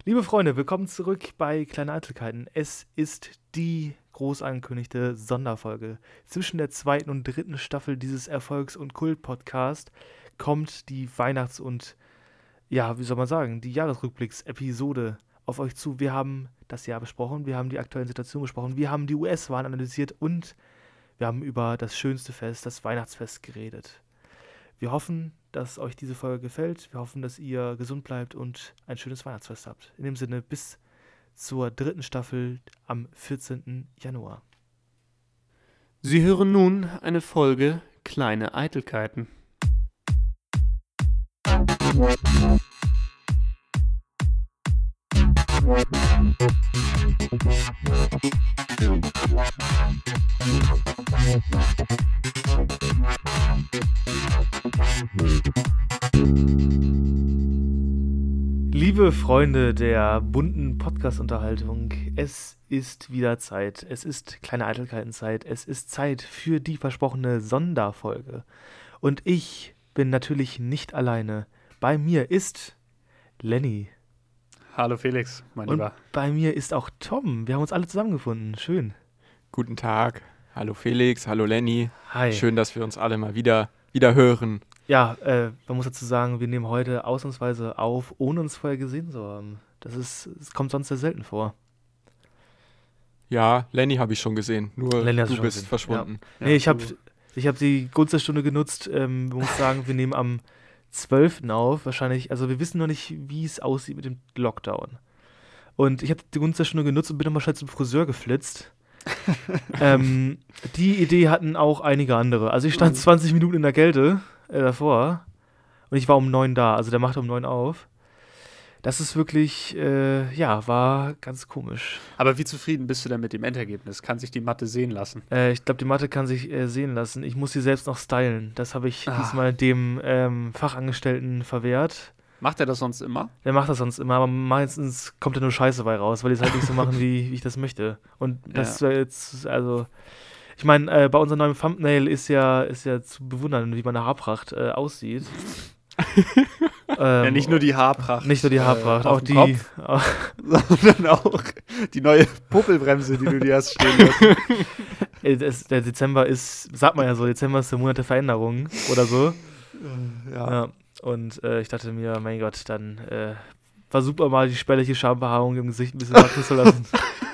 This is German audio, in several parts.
Liebe Freunde, willkommen zurück bei Kleine Eitelkeiten. Es ist die groß angekündigte Sonderfolge. Zwischen der zweiten und dritten Staffel dieses Erfolgs- und Kult-Podcast kommt die Weihnachts- und, ja, wie soll man sagen, die Jahresrückblicks-Episode auf euch zu. Wir haben das Jahr besprochen, wir haben die aktuelle Situation besprochen, wir haben die US-Wahlen analysiert und wir haben über das schönste Fest, das Weihnachtsfest, geredet. Wir hoffen, dass euch diese Folge gefällt. Wir hoffen, dass ihr gesund bleibt und ein schönes Weihnachtsfest habt. In dem Sinne, bis zur dritten Staffel am 14. Januar. Sie hören nun eine Folge Kleine Eitelkeiten. Liebe Freunde der bunten Podcast-Unterhaltung, es ist wieder Zeit. Es ist Kleine Eitelkeiten-Zeit. Es ist Zeit für die versprochene Sonderfolge. Und ich bin natürlich nicht alleine. Bei mir ist Lenny. Hallo Felix, mein Und Lieber. bei mir ist auch Tom. Wir haben uns alle zusammengefunden. Schön. Guten Tag. Hallo Felix, hallo Lenny. Hi. Schön, dass wir uns alle mal wieder hören. Ja, man muss dazu sagen, wir nehmen heute ausnahmsweise auf, ohne uns vorher gesehen zu haben. Das kommt sonst sehr selten vor. Ja, Lenny habe ich schon gesehen, nur Lenny hast du du schon bist gesehen, verschwunden. Ja. Nee, ich hab die Gunst der Stunde genutzt. Man muss sagen, wir nehmen am 12. auf, wahrscheinlich. Also wir wissen noch nicht, wie es aussieht mit dem Lockdown. Und ich habe die Gunst der Stunde genutzt und bin nochmal schnell zum Friseur geflitzt. Die Idee hatten auch einige andere. Also ich stand 20 Minuten in der Kälte davor und ich war um 9 da. Also der machte um 9 auf. Das ist wirklich, war ganz komisch. Aber wie zufrieden bist du denn mit dem Endergebnis? Kann sich die Matte sehen lassen? Ich glaube, die Matte kann sich sehen lassen. Ich muss sie selbst noch stylen. Das habe ich diesmal dem Fachangestellten verwehrt. Macht er das sonst immer? Der macht das sonst immer, aber meistens kommt da nur Scheiße bei raus, weil die es halt nicht so machen, wie ich das möchte. Und das wäre jetzt, also, ich meine, bei unserem neuen Thumbnail ist ja zu bewundern, wie meine Haarpracht aussieht. Ja, nicht nur die Haarpracht. Nicht nur die Haarpracht, auch die. Kopf, sondern auch die neue Puppelbremse, die du dir hast stehen lassen. Der Dezember ist, sagt man ja so, Dezember ist der Monat der Veränderung oder so. Ja. Und ich dachte mir, mein Gott, dann versuch mal die spärliche Schambehaarung im Gesicht ein bisschen wachsen zu lassen.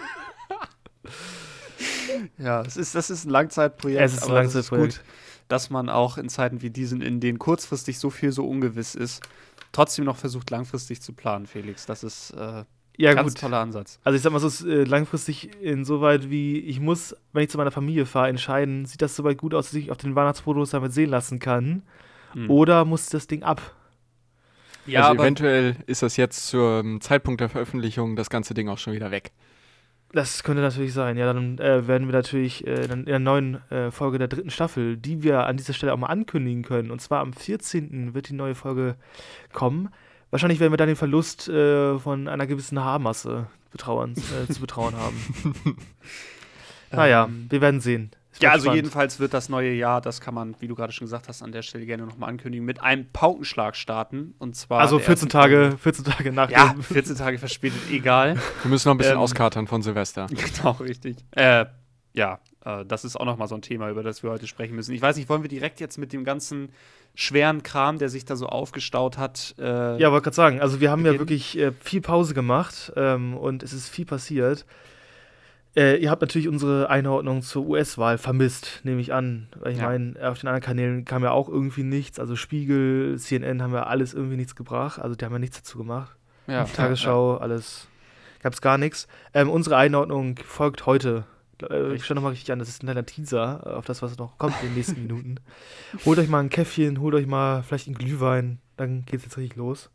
Ja, das ist ein Langzeitprojekt. Es ist ein Langzeitprojekt. Es ist gut, dass man auch in Zeiten wie diesen, in denen kurzfristig so viel so ungewiss ist, trotzdem noch versucht, langfristig zu planen, Felix. Das ist ein ganz toller Ansatz. Also ich sag mal, so ist langfristig insoweit wie, ich muss, wenn ich zu meiner Familie fahre, entscheiden, sieht das soweit gut aus, dass ich auf den Weihnachtsfotos damit sehen lassen kann, oder muss das Ding ab? Ja, also eventuell ist das jetzt zum Zeitpunkt der Veröffentlichung das ganze Ding auch schon wieder weg. Das könnte natürlich sein. Ja, dann werden wir natürlich in der neuen Folge der dritten Staffel, die wir an dieser Stelle auch mal ankündigen können, und zwar am 14. wird die neue Folge kommen. Wahrscheinlich werden wir dann den Verlust von einer gewissen Haarmasse zu betrauern haben. Naja, wir werden sehen. Ja, also jedenfalls wird das neue Jahr, das kann man, wie du gerade schon gesagt hast, an der Stelle gerne nochmal ankündigen, mit einem Paukenschlag starten. Und zwar also 14 Tage nach Ja, 14 Tage verspätet, egal. Wir müssen noch ein bisschen auskatern von Silvester. Genau, richtig. Das ist auch nochmal so ein Thema, über das wir heute sprechen müssen. Ich weiß nicht, wollen wir direkt jetzt mit dem ganzen schweren Kram, der sich da so aufgestaut hat, ja, wollte gerade sagen, also wir haben ja wirklich viel Pause gemacht und es ist viel passiert. Ihr habt natürlich unsere Einordnung zur US-Wahl vermisst, nehme ich an. Weil ich meine, auf den anderen Kanälen kam ja auch irgendwie nichts. Also Spiegel, CNN haben ja alles irgendwie nichts gebracht. Also die haben ja nichts dazu gemacht. Ja, Tagesschau, alles. Gab es gar nichts. Unsere Einordnung folgt heute. Ich schaue nochmal richtig an, das ist ein kleiner Teaser auf das, was noch kommt in den nächsten Minuten. Holt euch mal ein Käffchen, holt euch mal vielleicht einen Glühwein, dann geht's jetzt richtig los.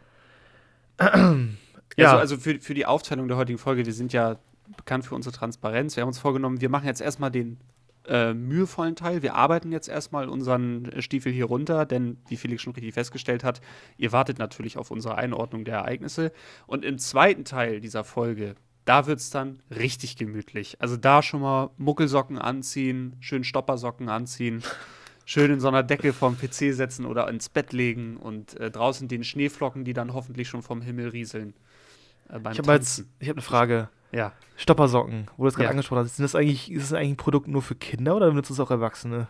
Ja, also für die Aufteilung der heutigen Folge, wir sind ja bekannt für unsere Transparenz. Wir haben uns vorgenommen, wir machen jetzt erstmal den mühevollen Teil. Wir arbeiten jetzt erstmal unseren Stiefel hier runter, denn, wie Felix schon richtig festgestellt hat, ihr wartet natürlich auf unsere Einordnung der Ereignisse. Und im zweiten Teil dieser Folge, da wird es dann richtig gemütlich. Also da schon mal Muckelsocken anziehen, schön Stoppersocken anziehen, schön in so einer Decke vorm PC setzen oder ins Bett legen und draußen den Schneeflocken, die dann hoffentlich schon vom Himmel rieseln. beim Ich habe Tanzen. eine Frage. Ja. Stoppersocken, wo du das gerade Ja. angesprochen hast. Ist das eigentlich ein Produkt nur für Kinder oder benutzen es auch Erwachsene?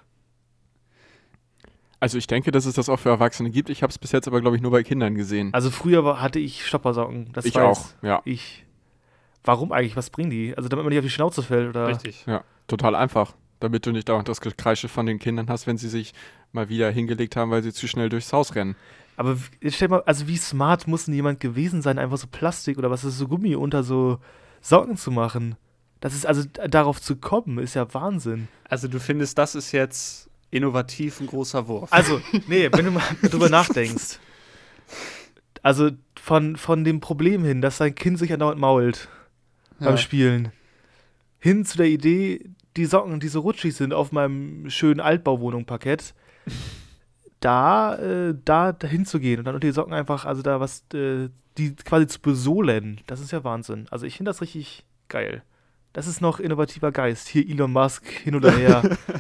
Also ich denke, dass es das auch für Erwachsene gibt. Ich habe es bis jetzt aber, glaube ich, nur bei Kindern gesehen. Also früher hatte ich Stoppersocken. Das Ich weiß auch, ja. ich. Warum eigentlich? Was bringen die? Also damit man nicht auf die Schnauze fällt, oder? Richtig. Ja, total einfach. Damit du nicht dauernd das Gekreische von den Kindern hast, wenn sie sich mal wieder hingelegt haben, weil sie zu schnell durchs Haus rennen. Aber jetzt stell mal, also wie smart muss denn jemand gewesen sein, einfach so Plastik oder was ist so Gummi unter so Socken zu machen? Das ist also darauf zu kommen, ist ja Wahnsinn. Also du findest, das ist jetzt innovativ ein großer Wurf. Also, nee, wenn du mal drüber nachdenkst. Also von dem Problem hin, dass dein Kind sich andauernd mault beim Spielen, hin zu der Idee, die Socken, die so rutschig sind auf meinem schönen Altbauwohnung-Parkett, da hinzugehen und dann unter die Socken einfach, also da was, die quasi zu besohlen, das ist ja Wahnsinn. Also ich finde das richtig geil. Das ist noch innovativer Geist. Hier Elon Musk hin oder her.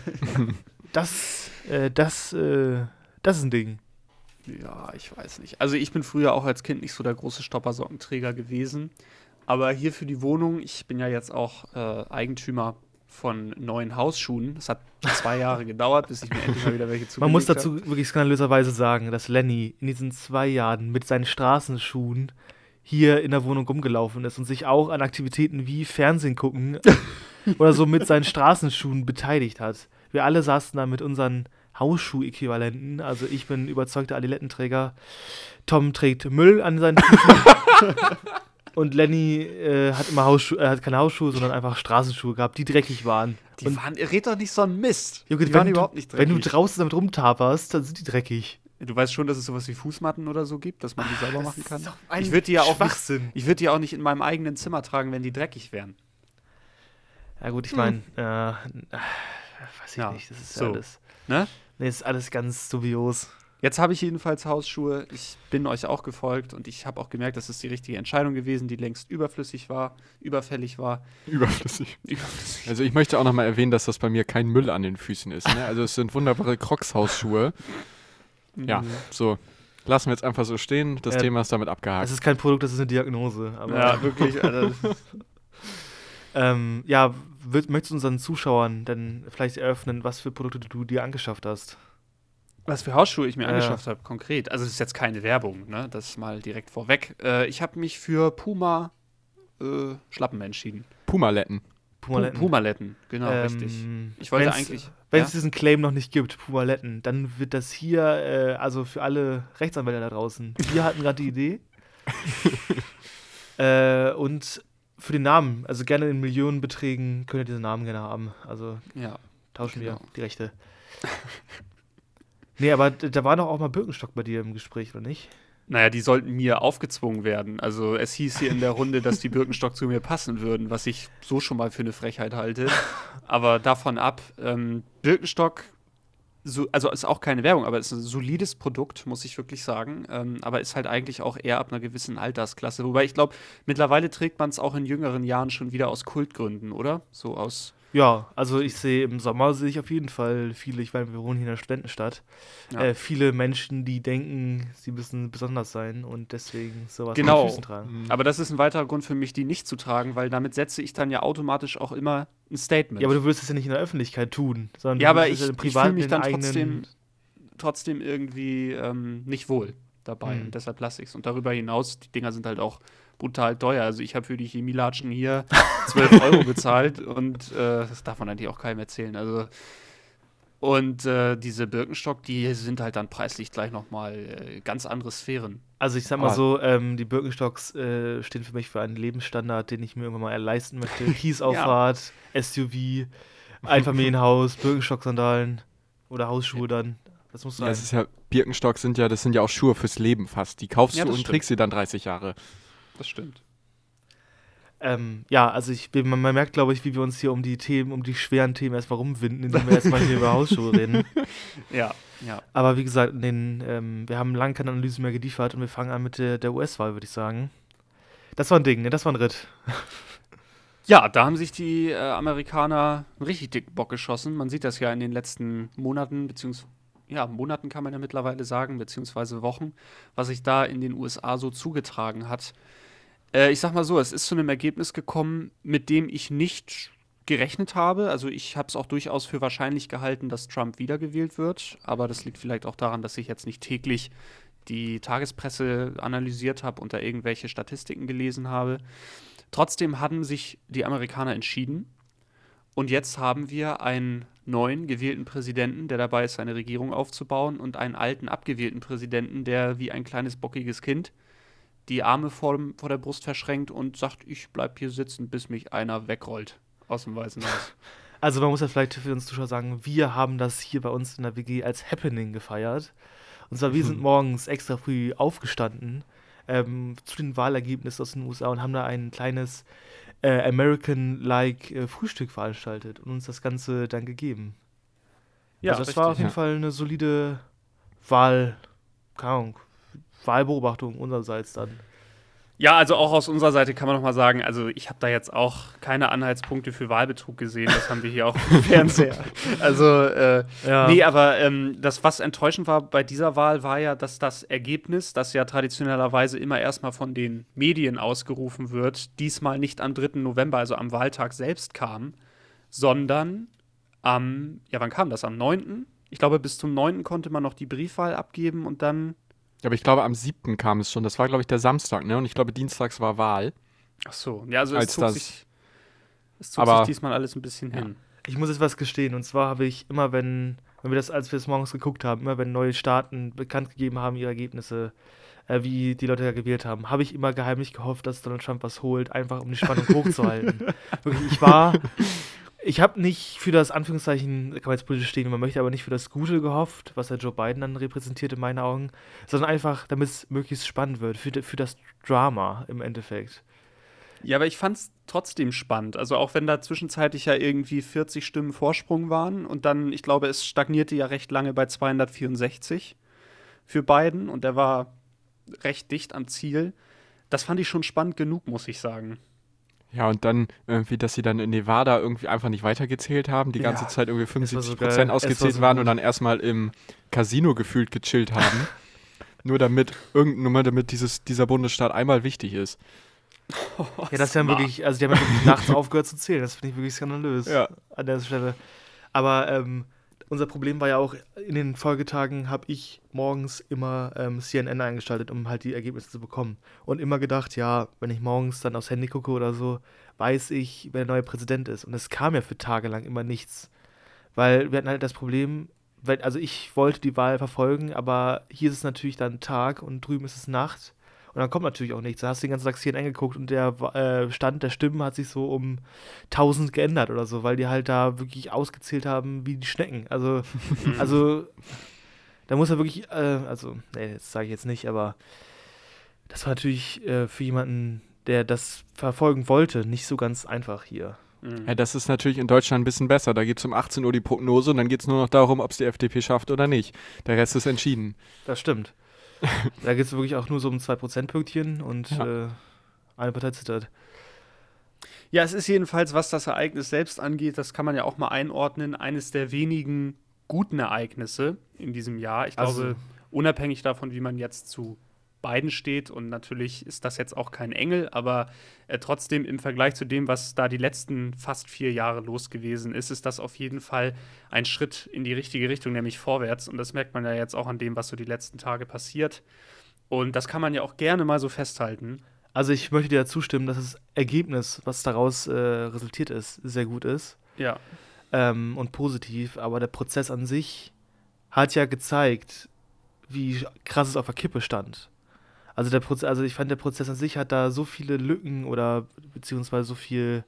Das ist ein Ding. Ja, ich weiß nicht. Also ich bin früher auch als Kind nicht so der große Stoppersockenträger gewesen. Aber hier für die Wohnung, ich bin ja jetzt auch Eigentümer von neuen Hausschuhen. Es hat 2 Jahre gedauert, bis ich mir endlich mal wieder welche zugelegt habe. Man muss dazu wirklich skandalöserweise sagen, dass Lenny in diesen 2 Jahren mit seinen Straßenschuhen hier in der Wohnung rumgelaufen ist und sich auch an Aktivitäten wie Fernsehen gucken oder so mit seinen Straßenschuhen beteiligt hat. Wir alle saßen da mit unseren Hausschuh-Äquivalenten. Also ich bin überzeugter Adilettenträger. Tom trägt Müll an seinen Füßen. Und Lenny hat keine Hausschuhe, sondern einfach Straßenschuhe gehabt, die dreckig waren. Red doch nicht so einen Mist. Junge, Die waren überhaupt nicht dreckig. Wenn du draußen damit rumtaperst, dann sind die dreckig. Du weißt schon, dass es sowas wie Fußmatten oder so gibt, dass man die selber machen kann? Ist doch ein Ich würde die ja auch Schwachsinn. ich würde die auch nicht in meinem eigenen Zimmer tragen, wenn die dreckig wären. Ja gut, ich meine, weiß ich nicht, das ist so. alles. Ne? Nee, ist alles ganz dubios. Jetzt habe ich jedenfalls Hausschuhe. Ich bin euch auch gefolgt und ich habe auch gemerkt, dass es die richtige Entscheidung gewesen, die längst überfällig war. Überflüssig. Also ich möchte auch nochmal erwähnen, dass das bei mir kein Müll an den Füßen ist. Ne? Also es sind wunderbare Crocs-Hausschuhe. Ja, so. Lassen wir jetzt einfach so stehen. Das Thema ist damit abgehakt. Es ist kein Produkt, das ist eine Diagnose. Aber Ja, wirklich. Alter. Möchtest du unseren Zuschauern denn vielleicht eröffnen, was für Produkte du dir angeschafft hast? Was für Hausschuhe ich mir angeschafft habe, konkret. Also es ist jetzt keine Werbung, ne? Das mal direkt vorweg. Ich habe mich für Puma Schlappen entschieden. Pumaletten. Pumaletten, genau, richtig. Ich wollte eigentlich... Wenn es diesen Claim noch nicht gibt, Pumaletten, dann wird das hier, also für alle Rechtsanwälte da draußen, wir hatten gerade die Idee. Und für den Namen, also gerne in Millionenbeträgen könnt ihr diesen Namen gerne haben. Also tauschen wir die Rechte. Nee, aber da war doch auch mal Birkenstock bei dir im Gespräch, oder nicht? Naja, die sollten mir aufgezwungen werden. Also es hieß hier in der Runde, dass die Birkenstock zu mir passen würden, was ich so schon mal für eine Frechheit halte. Aber davon ab, Birkenstock, also ist auch keine Werbung, aber ist ein solides Produkt, muss ich wirklich sagen. Aber ist halt eigentlich auch eher ab einer gewissen Altersklasse. Wobei ich glaube, mittlerweile trägt man es auch in jüngeren Jahren schon wieder aus Kultgründen, oder? So aus... Ja, also im Sommer sehe ich auf jeden Fall viele, ich meine, wir wohnen hier in der Studentenstadt, viele Menschen, die denken, sie müssen besonders sein und deswegen sowas an den Füßen tragen. Aber das ist ein weiterer Grund für mich, die nicht zu tragen, weil damit setze ich dann ja automatisch auch immer ein Statement. Ja, aber du würdest es ja nicht in der Öffentlichkeit tun, sondern ja, aber ich fühle mich dann trotzdem irgendwie nicht wohl dabei und deshalb lasse ich es. Und darüber hinaus, die Dinger sind halt auch brutal teuer. Also ich habe für die Chemielatschen hier 12 Euro bezahlt und das darf man eigentlich auch keinem erzählen. Also und diese Birkenstock, die sind halt dann preislich gleich nochmal ganz andere Sphären. Also ich sag mal so, die Birkenstocks stehen für mich für einen Lebensstandard, den ich mir irgendwann mal leisten möchte. Kiesauffahrt, SUV, Einfamilienhaus, Birkenstock-Sandalen oder Hausschuhe dann. Das muss sein. Ja, es ist ja, Birkenstock sind ja auch Schuhe fürs Leben fast. Die kaufst du und trägst sie dann 30 Jahre. Das stimmt. Also man merkt, glaube ich, wie wir uns hier um die schweren Themen erstmal rumwinden, indem wir erstmal hier über Hausschuhe reden. Ja. Aber wie gesagt, wir haben lange keine Analyse mehr geliefert und wir fangen an mit der US-Wahl, würde ich sagen. Das war ein Ding, ne? Das war ein Ritt. Ja, da haben sich die Amerikaner einen richtig dicken Bock geschossen. Man sieht das ja in den letzten Monaten, Monaten kann man ja mittlerweile sagen, beziehungsweise Wochen, was sich da in den USA so zugetragen hat. Ich sag mal so, es ist zu einem Ergebnis gekommen, mit dem ich nicht gerechnet habe. Also ich habe es auch durchaus für wahrscheinlich gehalten, dass Trump wiedergewählt wird. Aber das liegt vielleicht auch daran, dass ich jetzt nicht täglich die Tagespresse analysiert habe und da irgendwelche Statistiken gelesen habe. Trotzdem hatten sich die Amerikaner entschieden. Und jetzt haben wir einen neuen gewählten Präsidenten, der dabei ist, seine Regierung aufzubauen, und einen alten, abgewählten Präsidenten, der wie ein kleines, bockiges Kind die Arme vor der Brust verschränkt und sagt, ich bleib hier sitzen, bis mich einer wegrollt aus dem Weißen Haus. Also man muss ja vielleicht für uns Zuschauer sagen, wir haben das hier bei uns in der WG als Happening gefeiert. Und zwar, wir sind morgens extra früh aufgestanden zu den Wahlergebnissen aus den USA und haben da ein kleines American-like Frühstück veranstaltet und uns das Ganze dann gegeben. Ja, also das war auf jeden Fall eine solide Wahlbeobachtung unsererseits dann. Ja, also auch aus unserer Seite kann man noch mal sagen, also ich habe da jetzt auch keine Anhaltspunkte für Wahlbetrug gesehen, das haben wir hier auch im Fernseher. Also, nee, aber das, was enttäuschend war bei dieser Wahl, war ja, dass das Ergebnis, das ja traditionellerweise immer erstmal von den Medien ausgerufen wird, diesmal nicht am 3. November, also am Wahltag selbst kam, sondern wann kam das? Am 9.? Ich glaube, bis zum 9. konnte man noch die Briefwahl abgeben und dann. Aber ich glaube, am 7. kam es schon. Das war, glaube ich, der Samstag, ne? Und ich glaube, dienstags war Wahl. Ach so. Ja, also es zog sich diesmal alles ein bisschen hin. Ich muss jetzt was gestehen. Und zwar habe ich immer, als wir das morgens geguckt haben, immer wenn neue Staaten bekannt gegeben haben, ihre Ergebnisse, wie die Leute da gewählt haben, habe ich immer geheimlich gehofft, dass Donald Trump was holt, einfach um die Spannung hochzuhalten. Wirklich, ich habe nicht für das Anführungszeichen, kann man jetzt politisch stehen, man möchte aber nicht für das Gute gehofft, was der Joe Biden dann repräsentiert in meinen Augen, sondern einfach, damit es möglichst spannend wird, für das Drama im Endeffekt. Ja, aber ich fand es trotzdem spannend. Also auch wenn da zwischenzeitlich ja irgendwie 40 Stimmen Vorsprung waren und dann, ich glaube, es stagnierte ja recht lange bei 264 für Biden und der war recht dicht am Ziel. Das fand ich schon spannend genug, muss ich sagen. Ja, und dann irgendwie, dass sie dann in Nevada irgendwie einfach nicht weitergezählt haben, die ganze Zeit irgendwie 75% ausgezählt waren und dann erstmal im Casino gefühlt gechillt haben. nur damit dieser Bundesstaat einmal wichtig ist. Ja, das ist ja wirklich, also die haben ja wirklich nachts aufgehört zu zählen, das finde ich wirklich skandalös an der Stelle. Aber unser Problem war ja auch, in den Folgetagen habe ich morgens immer CNN eingeschaltet, um halt die Ergebnisse zu bekommen. Und immer gedacht, ja, wenn ich morgens dann aufs Handy gucke oder so, weiß ich, wer der neue Präsident ist. Und es kam ja für Tage lang immer nichts. Weil wir hatten halt das Problem, also ich wollte die Wahl verfolgen, aber hier ist es natürlich dann Tag und drüben ist es Nacht. Und dann kommt natürlich auch nichts. Da hast du den ganzen Tag CNN angeguckt und der Stand der Stimmen hat sich so um 1000 geändert oder so, weil die halt da wirklich ausgezählt haben wie die Schnecken. Also da muss er wirklich, das sage ich jetzt nicht, aber das war natürlich für jemanden, der das verfolgen wollte, nicht so ganz einfach hier. Ja, das ist natürlich in Deutschland ein bisschen besser. Da gibt es um 18 Uhr die Prognose und dann geht es nur noch darum, ob es die FDP schafft oder nicht. Der Rest ist entschieden. Das stimmt. Da geht es wirklich auch nur so um 2%-Pünktchen und eine Partei zittert. Ja, es ist jedenfalls, was das Ereignis selbst angeht, das kann man ja auch mal einordnen, eines der wenigen guten Ereignisse in diesem Jahr. Ich glaube, unabhängig davon, wie man jetzt zu Biden steht, und natürlich ist das jetzt auch kein Engel, aber trotzdem im Vergleich zu dem, was da die letzten fast 4 Jahre los gewesen ist, ist das auf jeden Fall ein Schritt in die richtige Richtung, nämlich vorwärts. Und das merkt man ja jetzt auch an dem, was so die letzten Tage passiert. Und das kann man ja auch gerne mal so festhalten. Also ich möchte dir zustimmen, dass das Ergebnis, was daraus resultiert ist, sehr gut ist. Ja. Und positiv. Aber der Prozess an sich hat ja gezeigt, wie krass es auf der Kippe stand. Also ich fand, der Prozess an sich hat da so viele Lücken oder beziehungsweise so viel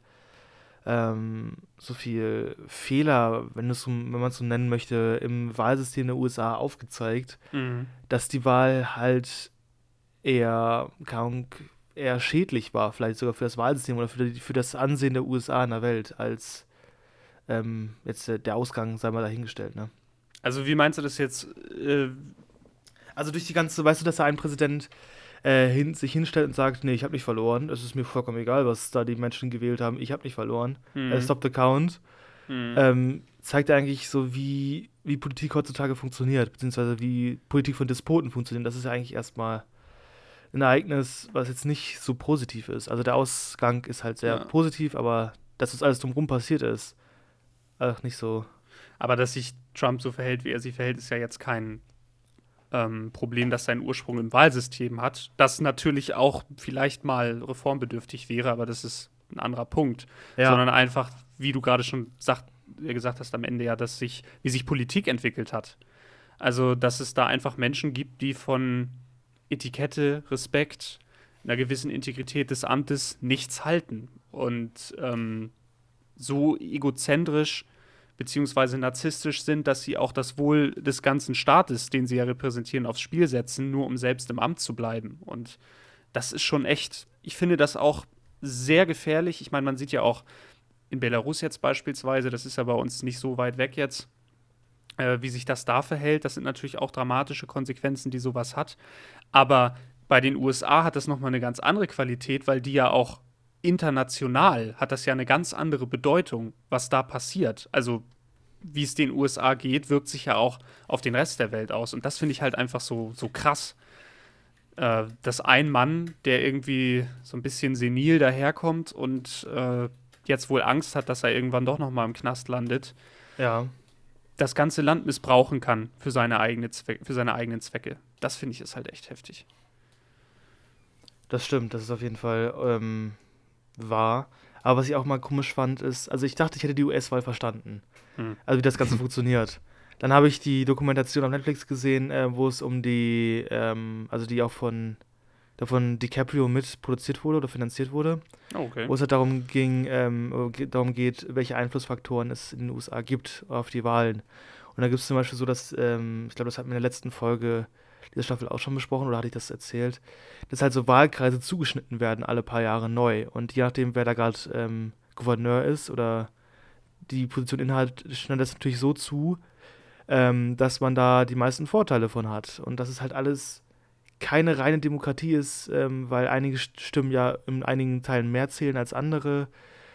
Fehler, wenn man es so nennen möchte, im Wahlsystem der USA aufgezeigt, dass die Wahl halt eher schädlich war, vielleicht sogar für das Wahlsystem oder für das Ansehen der USA in der Welt, als jetzt der Ausgang, sei mal dahingestellt, ne? Also wie meinst du das jetzt? Also durch die ganze, weißt du, dass da ein Präsident sich hinstellt und sagt, nee, ich habe nicht verloren, es ist mir vollkommen egal, was da die Menschen gewählt haben, ich habe nicht verloren, stop the count, zeigt eigentlich so, wie Politik heutzutage funktioniert, beziehungsweise wie Politik von Despoten funktioniert. Das ist ja eigentlich erstmal ein Ereignis, was jetzt nicht so positiv ist. Also der Ausgang ist halt sehr positiv, aber dass das alles drumherum passiert ist, nicht so. Aber dass sich Trump so verhält, wie er sich verhält, ist ja jetzt kein Problem, das seinen Ursprung im Wahlsystem hat. Das natürlich auch vielleicht mal reformbedürftig wäre, aber das ist ein anderer Punkt. Ja. Sondern einfach, wie du gerade schon gesagt hast am Ende ja, wie sich Politik entwickelt hat. Also, dass es da einfach Menschen gibt, die von Etikette, Respekt, einer gewissen Integrität des Amtes nichts halten. Und so egozentrisch beziehungsweise narzisstisch sind, dass sie auch das Wohl des ganzen Staates, den sie ja repräsentieren, aufs Spiel setzen, nur um selbst im Amt zu bleiben. Und das ist schon echt, ich finde das auch sehr gefährlich. Ich meine, man sieht ja auch in Belarus jetzt beispielsweise, das ist ja bei uns nicht so weit weg jetzt, wie sich das da verhält. Das sind natürlich auch dramatische Konsequenzen, die sowas hat. Aber bei den USA hat das nochmal eine ganz andere Qualität, weil die ja auch international hat das ja eine ganz andere Bedeutung, was da passiert. Also, wie es den USA geht, wirkt sich ja auch auf den Rest der Welt aus. Und das finde ich halt einfach so krass. Dass ein Mann, der irgendwie so ein bisschen senil daherkommt und jetzt wohl Angst hat, dass er irgendwann doch noch mal im Knast landet, das ganze Land missbrauchen kann für seine eigenen Zwecke. Das finde ich ist halt echt heftig. Das stimmt, das ist auf jeden Fall wahr. Aber was ich auch mal komisch fand, ist, also ich dachte, ich hätte die US-Wahl verstanden. Also wie das Ganze funktioniert. Dann habe ich die Dokumentation auf Netflix gesehen, wo es um die, also die auch von DiCaprio mit produziert wurde oder finanziert wurde. Okay. Wo es halt darum geht, welche Einflussfaktoren es in den USA gibt auf die Wahlen. Und da gibt es zum Beispiel so, dass, ich glaube, das hatten wir in der letzten Folge dieser Staffel auch schon besprochen, oder hatte ich das erzählt, dass halt so Wahlkreise zugeschnitten werden alle paar Jahre neu. Und je nachdem, wer da gerade Gouverneur ist oder die Position innehat, schneidet das natürlich so zu, dass man da die meisten Vorteile von hat. Und das ist halt alles keine reine Demokratie ist, weil einige Stimmen ja in einigen Teilen mehr zählen als andere.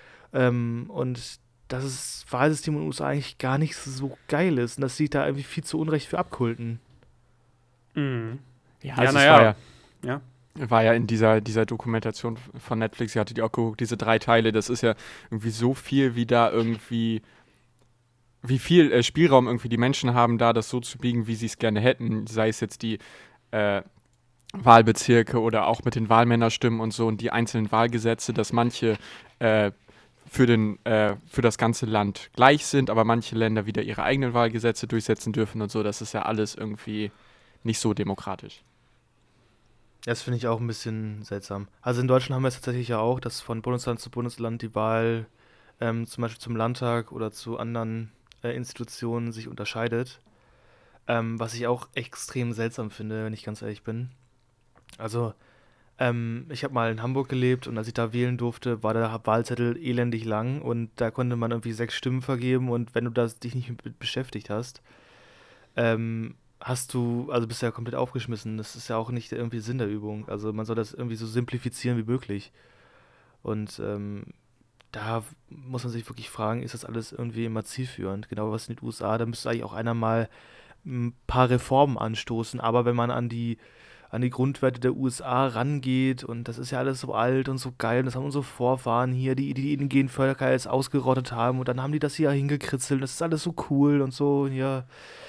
Und dass das Wahlsystem in den USA eigentlich gar nicht so geil ist und dass sie da irgendwie viel zu Unrecht für abkulten. Mhm. Ja, also es war ja in dieser Dokumentation von Netflix, ihr hattet die auch geguckt, diese 3 Teile, das ist ja irgendwie so viel, wie viel Spielraum irgendwie die Menschen haben, da das so zu biegen, wie sie es gerne hätten, sei es jetzt die Wahlbezirke oder auch mit den Wahlmännerstimmen und so und die einzelnen Wahlgesetze, dass manche für das ganze Land gleich sind, aber manche Länder wieder ihre eigenen Wahlgesetze durchsetzen dürfen und so, das ist ja alles irgendwie nicht so demokratisch. Das finde ich auch ein bisschen seltsam. Also in Deutschland haben wir es tatsächlich ja auch, dass von Bundesland zu Bundesland die Wahl zum Beispiel zum Landtag oder zu anderen Institutionen sich unterscheidet. Was ich auch extrem seltsam finde, wenn ich ganz ehrlich bin. Also, ich habe mal in Hamburg gelebt und als ich da wählen durfte, war der Wahlzettel elendig lang und da konnte man irgendwie 6 Stimmen vergeben und wenn du dich nicht mit beschäftigt hast, bist du ja komplett aufgeschmissen. Das ist ja auch nicht irgendwie Sinn der Übung. Also man soll das irgendwie so simplifizieren wie möglich. Und da muss man sich wirklich fragen, ist das alles irgendwie immer zielführend? Genau was in den USA, da müsste eigentlich auch einer mal ein paar Reformen anstoßen, aber wenn man an die Grundwerte der USA rangeht und das ist ja alles so alt und so geil und das haben unsere Vorfahren hier, die indigenen Völker jetzt ausgerottet haben und dann haben die das hier hingekritzelt, das ist alles so cool und so, ja,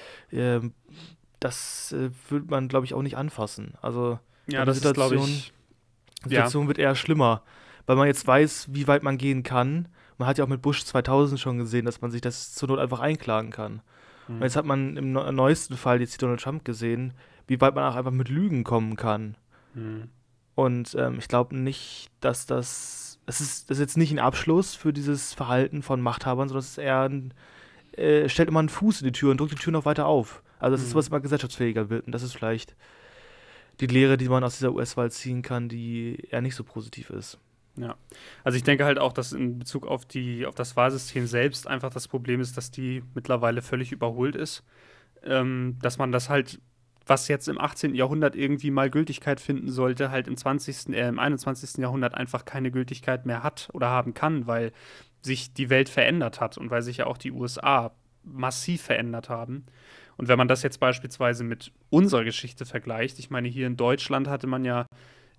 das würde man, glaube ich, auch nicht anfassen. Also ja, das ist, glaube ich, die Situation wird eher schlimmer, weil man jetzt weiß, wie weit man gehen kann. Man hat ja auch mit Bush 2000 schon gesehen, dass man sich das zur Not einfach einklagen kann. Und jetzt hat man im neuesten Fall jetzt Donald Trump gesehen, wie weit man auch einfach mit Lügen kommen kann. Und ich glaube nicht, dass das ist jetzt nicht ein Abschluss für dieses Verhalten von Machthabern, sondern es ist eher stellt immer einen Fuß in die Tür und drückt die Tür noch weiter auf. Also das ist, was immer gesellschaftsfähiger wird. Und das ist vielleicht die Lehre, die man aus dieser US-Wahl ziehen kann, die eher nicht so positiv ist. Ja, also ich denke halt auch, dass in Bezug auf das Wahlsystem selbst einfach das Problem ist, dass die mittlerweile völlig überholt ist. Dass man das halt, was jetzt im 18. Jahrhundert irgendwie mal Gültigkeit finden sollte, halt im 21. Jahrhundert einfach keine Gültigkeit mehr hat oder haben kann, weil sich die Welt verändert hat und weil sich ja auch die USA massiv verändert haben. Und wenn man das jetzt beispielsweise mit unserer Geschichte vergleicht, ich meine, hier in Deutschland hatte man ja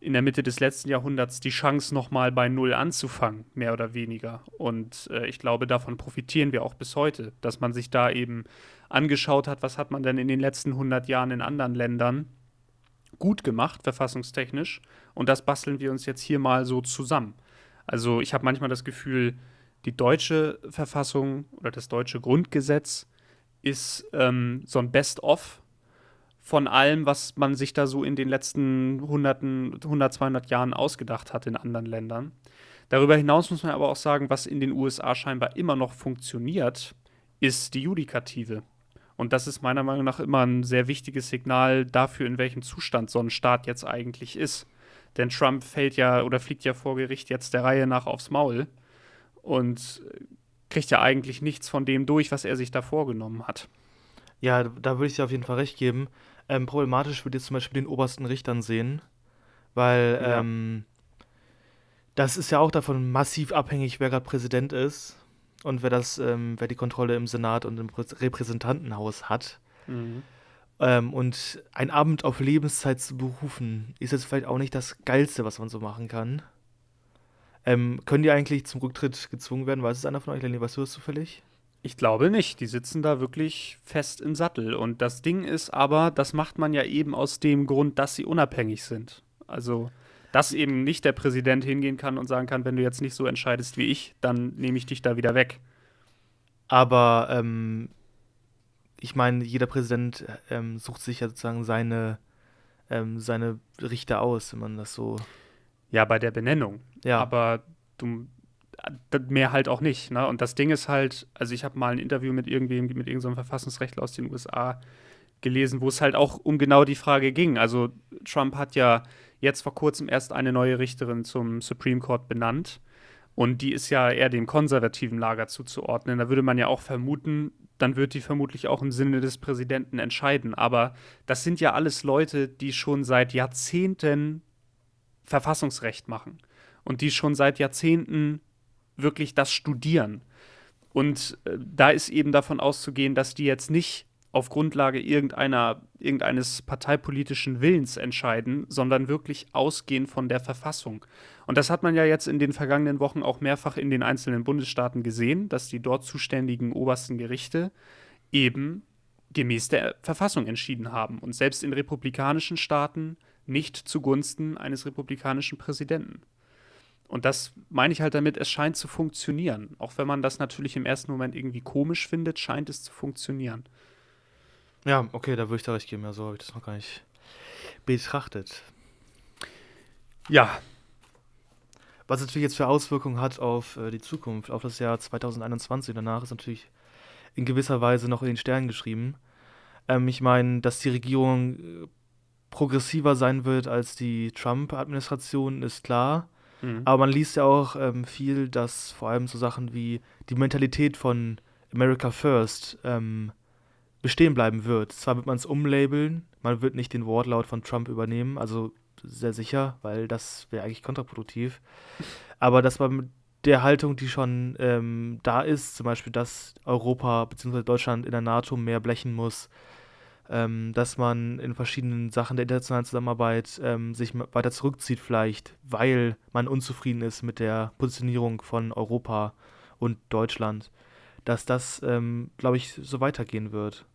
in der Mitte des letzten Jahrhunderts die Chance, nochmal bei Null anzufangen, mehr oder weniger. Und ich glaube, davon profitieren wir auch bis heute, dass man sich da eben angeschaut hat, was hat man denn in den letzten 100 Jahren in anderen Ländern gut gemacht, verfassungstechnisch. Und das basteln wir uns jetzt hier mal so zusammen. Also ich habe manchmal das Gefühl, die deutsche Verfassung oder das deutsche Grundgesetz ist so ein Best-of von allem, was man sich da so in den letzten 100, 200 Jahren ausgedacht hat in anderen Ländern. Darüber hinaus muss man aber auch sagen, was in den USA scheinbar immer noch funktioniert, ist die Judikative. Und das ist meiner Meinung nach immer ein sehr wichtiges Signal dafür, in welchem Zustand so ein Staat jetzt eigentlich ist. Denn Trump fliegt ja vor Gericht jetzt der Reihe nach aufs Maul und kriegt ja eigentlich nichts von dem durch, was er sich da vorgenommen hat. Ja, da würde ich dir auf jeden Fall recht geben. Problematisch würde ich jetzt zum Beispiel den obersten Richtern sehen, weil das ist ja auch davon massiv abhängig, wer gerade Präsident ist und wer die Kontrolle im Senat und im Repräsentantenhaus hat. Mhm. Und ein Amt auf Lebenszeit zu berufen, ist jetzt vielleicht auch nicht das Geilste, was man so machen kann. Können die eigentlich zum Rücktritt gezwungen werden? Weiß es einer von euch, Lenny? Weißt du das zufällig? Ich glaube nicht. Die sitzen da wirklich fest im Sattel. Und das Ding ist aber, das macht man ja eben aus dem Grund, dass sie unabhängig sind. Also, dass eben nicht der Präsident hingehen kann und sagen kann, wenn du jetzt nicht so entscheidest wie ich, dann nehme ich dich da wieder weg. Aber ich meine, jeder Präsident sucht sich ja sozusagen seine Richter aus, wenn man das so. Ja, bei der Benennung. Ja. Aber mehr halt auch nicht. Ne? Und das Ding ist halt, also ich habe mal ein Interview mit irgendeinem so Verfassungsrechtler aus den USA gelesen, wo es halt auch um genau die Frage ging. Also Trump hat ja jetzt vor kurzem erst eine neue Richterin zum Supreme Court benannt. Und die ist ja eher dem konservativen Lager zuzuordnen. Da würde man ja auch vermuten, dann wird die vermutlich auch im Sinne des Präsidenten entscheiden. Aber das sind ja alles Leute, die schon seit Jahrzehnten Verfassungsrecht machen. Und die schon seit Jahrzehnten wirklich das studieren. Und da ist eben davon auszugehen, dass die jetzt nicht auf Grundlage irgendeines parteipolitischen Willens entscheiden, sondern wirklich ausgehen von der Verfassung. Und das hat man ja jetzt in den vergangenen Wochen auch mehrfach in den einzelnen Bundesstaaten gesehen, dass die dort zuständigen obersten Gerichte eben gemäß der Verfassung entschieden haben. Und selbst in republikanischen Staaten nicht zugunsten eines republikanischen Präsidenten. Und das meine ich halt damit, es scheint zu funktionieren. Auch wenn man das natürlich im ersten Moment irgendwie komisch findet, scheint es zu funktionieren. Ja, okay, da würde ich da recht geben. Ja, so habe ich das noch gar nicht betrachtet. Ja. Was es natürlich jetzt für Auswirkungen hat auf die Zukunft, auf das Jahr 2021 danach, ist natürlich in gewisser Weise noch in den Sternen geschrieben. Ich meine, dass die Regierung progressiver sein wird als die Trump-Administration, ist klar. Aber man liest ja auch viel, dass vor allem so Sachen wie die Mentalität von America First bestehen bleiben wird. Zwar wird man es umlabeln, man wird nicht den Wortlaut von Trump übernehmen, also sehr sicher, weil das wäre eigentlich kontraproduktiv. Aber dass man mit der Haltung, die schon da ist, zum Beispiel, dass Europa bzw. Deutschland in der NATO mehr blechen muss, dass man in verschiedenen Sachen der internationalen Zusammenarbeit sich weiter zurückzieht vielleicht, weil man unzufrieden ist mit der Positionierung von Europa und Deutschland, dass das, glaube ich, so weitergehen wird.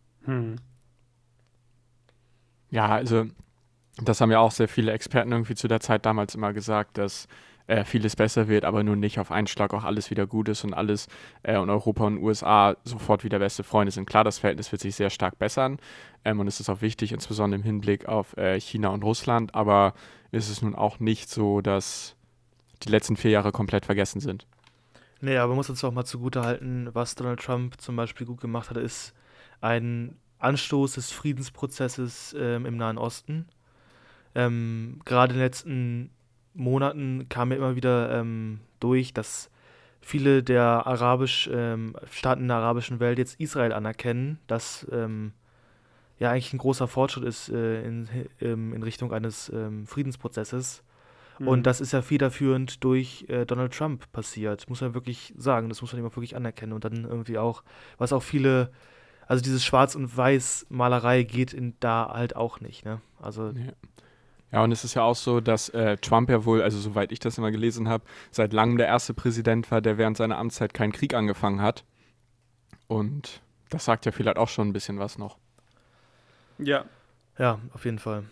Ja, also das haben ja auch sehr viele Experten irgendwie zu der Zeit damals immer gesagt, dass vieles besser wird, aber nun nicht auf einen Schlag auch alles wieder gut ist und alles und Europa und USA sofort wieder beste Freunde sind. Klar, das Verhältnis wird sich sehr stark bessern und es ist auch wichtig, insbesondere im Hinblick auf China und Russland, aber ist es nun auch nicht so, dass die letzten 4 Jahre komplett vergessen sind. Nee, aber man muss uns auch mal zugutehalten, was Donald Trump zum Beispiel gut gemacht hat, ist ein Anstoß des Friedensprozesses im Nahen Osten. Gerade in den letzten Monaten kam ja immer wieder durch, dass viele der Staaten in der arabischen Welt jetzt Israel anerkennen, dass ja eigentlich ein großer Fortschritt ist in Richtung eines Friedensprozesses. Und das ist ja federführend durch Donald Trump passiert, muss man wirklich sagen. Das muss man immer wirklich anerkennen. Und dann irgendwie auch, was auch viele, also diese Schwarz- und Weiß-Malerei geht da halt auch nicht, ne? Also Ja. Ja, und es ist ja auch so, dass Trump ja wohl, also soweit ich das immer gelesen habe, seit langem der erste Präsident war, der während seiner Amtszeit keinen Krieg angefangen hat. Und das sagt ja vielleicht auch schon ein bisschen was noch. Ja. Ja, auf jeden Fall.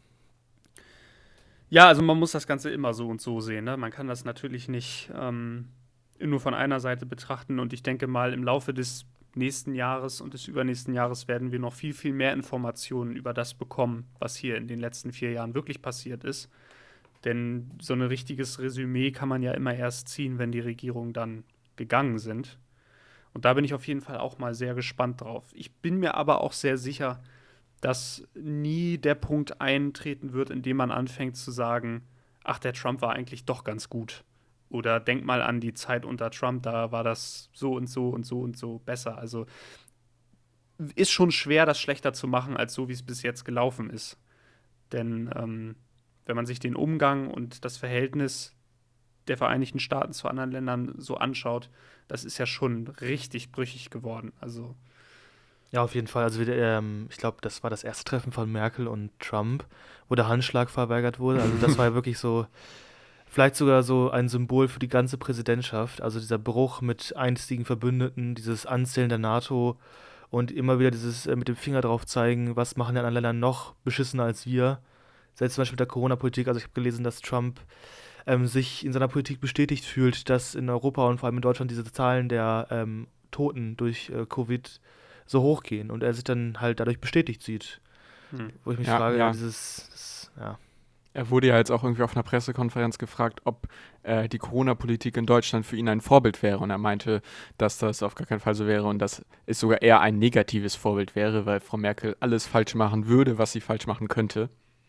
Ja, also man muss das Ganze immer so und so sehen. Ne? Man kann das natürlich nicht nur von einer Seite betrachten. Und ich denke mal, im Laufe des nächsten Jahres und des übernächsten Jahres werden wir noch viel, viel mehr Informationen über das bekommen, was hier in den letzten 4 Jahren wirklich passiert ist. Denn so ein richtiges Resümee kann man ja immer erst ziehen, wenn die Regierungen dann gegangen sind. Und da bin ich auf jeden Fall auch mal sehr gespannt drauf. Ich bin mir aber auch sehr sicher, dass nie der Punkt eintreten wird, in dem man anfängt zu sagen, ach, der Trump war eigentlich doch ganz gut. Oder denk mal an die Zeit unter Trump, da war das so und so und so und so besser. Also ist schon schwer, das schlechter zu machen, als so, wie es bis jetzt gelaufen ist. Denn wenn man sich den Umgang und das Verhältnis der Vereinigten Staaten zu anderen Ländern so anschaut, das ist ja schon richtig brüchig geworden. Also Ja, auf jeden Fall. Also ich glaube, das war das erste Treffen von Merkel und Trump, wo der Handschlag verweigert wurde. Also das war ja wirklich so, vielleicht sogar so ein Symbol für die ganze Präsidentschaft. Also dieser Bruch mit einstigen Verbündeten, dieses Anzählen der NATO und immer wieder dieses mit dem Finger drauf zeigen, was machen die anderen Länder noch beschissener als wir. Selbst zum Beispiel mit der Corona-Politik. Also ich habe gelesen, dass Trump sich in seiner Politik bestätigt fühlt, dass in Europa und vor allem in Deutschland diese Zahlen der Toten durch Covid so hochgehen und er sich dann halt dadurch bestätigt sieht. Wo ich mich frage, ja. Er wurde ja jetzt auch irgendwie auf einer Pressekonferenz gefragt, ob die Corona-Politik in Deutschland für ihn ein Vorbild wäre. Und er meinte, dass das auf gar keinen Fall so wäre und dass es sogar eher ein negatives Vorbild wäre, weil Frau Merkel alles falsch machen würde, was sie falsch machen könnte.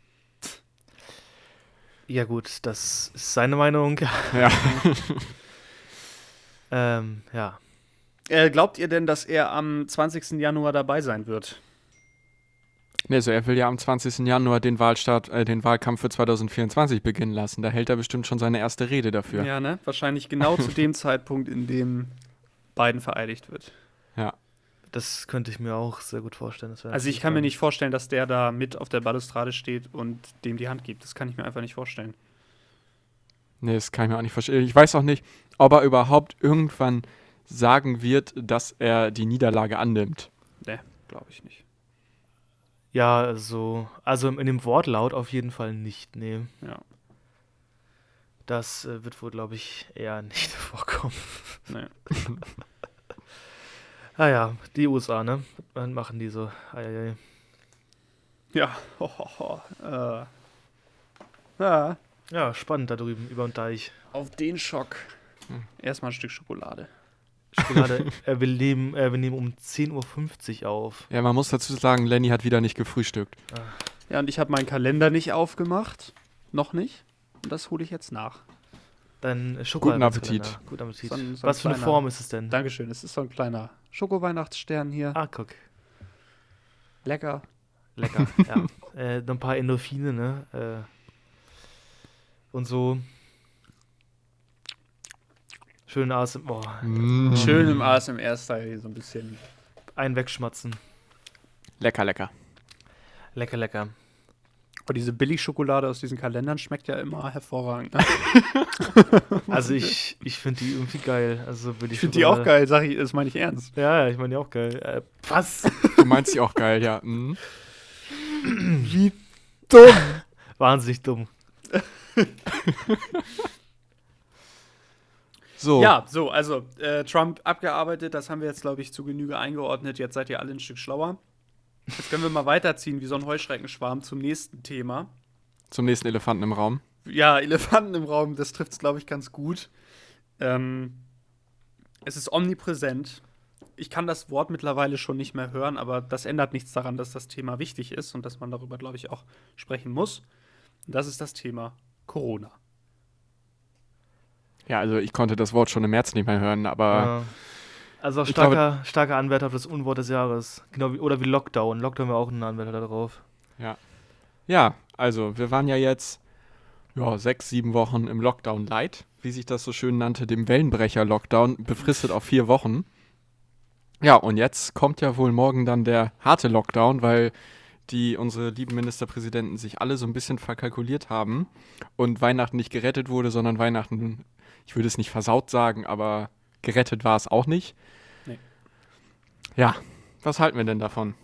Ja gut, das ist seine Meinung. Ja. Ja. Glaubt ihr denn, dass er am 20. Januar dabei sein wird? Ne, also er will ja am 20. Januar den Wahlkampf für 2024 beginnen lassen. Da hält er bestimmt schon seine erste Rede dafür. Ja, ne? Wahrscheinlich genau zu dem Zeitpunkt, in dem Biden vereidigt wird. Ja. Das könnte ich mir auch sehr gut vorstellen. Also ich kann mir nicht vorstellen, dass der da mit auf der Balustrade steht und dem die Hand gibt. Das kann ich mir einfach nicht vorstellen. Nee, das kann ich mir auch nicht vorstellen. Ich weiß auch nicht, ob er überhaupt irgendwann sagen wird, dass er die Niederlage annimmt. Ne, glaube ich nicht. Ja, also in dem Wortlaut auf jeden Fall nicht, nee. Ja. Das wird wohl, glaube ich, eher nicht vorkommen. Nee. Ja, die USA, ne? Was machen die so? Eieiei. Ja. Ja. Ja, spannend da drüben, über den Deich. Auf den Schock. Erstmal ein Stück Schokolade. Schokolade, wir nehmen um 10:50 Uhr auf. Ja, man muss dazu sagen, Lenny hat wieder nicht gefrühstückt. Ja, und ich habe meinen Kalender nicht aufgemacht. Noch nicht. Und das hole ich jetzt nach. Dann Schokolade. Guten Appetit. Guten Appetit. So ein Was für eine kleiner- Form ist es denn? Dankeschön. Es ist so ein kleiner Schoko-Weihnachtsstern hier. Ah, guck. Lecker. Lecker, ja. Noch ein paar Endorphine, ne? Und so. Schön ASMR. Schön im ASMR-Style hier so ein bisschen. Ein wegschmatzen. Lecker, lecker. Lecker, lecker. Aber diese Billigschokolade aus diesen Kalendern schmeckt ja immer hervorragend. Ne? Also ich finde die irgendwie geil. Also Ich finde die auch geil, das meine ich ernst. Ja, ich meine die auch geil. Was? Du meinst die auch geil, ja. Mhm. Wie dumm. Wahnsinnig dumm. So. Ja, so, also Trump abgearbeitet, das haben wir jetzt, glaube ich, zu Genüge eingeordnet. Jetzt seid ihr alle ein Stück schlauer. Jetzt können wir mal weiterziehen wie so ein Heuschreckenschwarm zum nächsten Thema. Zum nächsten Elefanten im Raum. Ja, Elefanten im Raum, das trifft es, glaube ich, ganz gut. Es ist omnipräsent. Ich kann das Wort mittlerweile schon nicht mehr hören, aber das ändert nichts daran, dass das Thema wichtig ist und dass man darüber, glaube ich, auch sprechen muss. Und das ist das Thema Corona. Ja, also ich konnte das Wort schon im März nicht mehr hören, aber Ja. Also auch starker Anwärter auf das Unwort des Jahres. Genau wie Lockdown. Lockdown wäre auch ein Anwärter da drauf. ja, also wir waren ja jetzt 6, 7 Wochen im Lockdown Light, wie sich das so schön nannte, dem Wellenbrecher-Lockdown, befristet auf 4 Wochen. Ja, und jetzt kommt ja wohl morgen dann der harte Lockdown, weil die unsere lieben Ministerpräsidenten sich alle so ein bisschen verkalkuliert haben und Weihnachten nicht gerettet wurde, sondern Weihnachten, ich würde es nicht versaut sagen, aber gerettet war es auch nicht. Nee. Ja, was halten wir denn davon?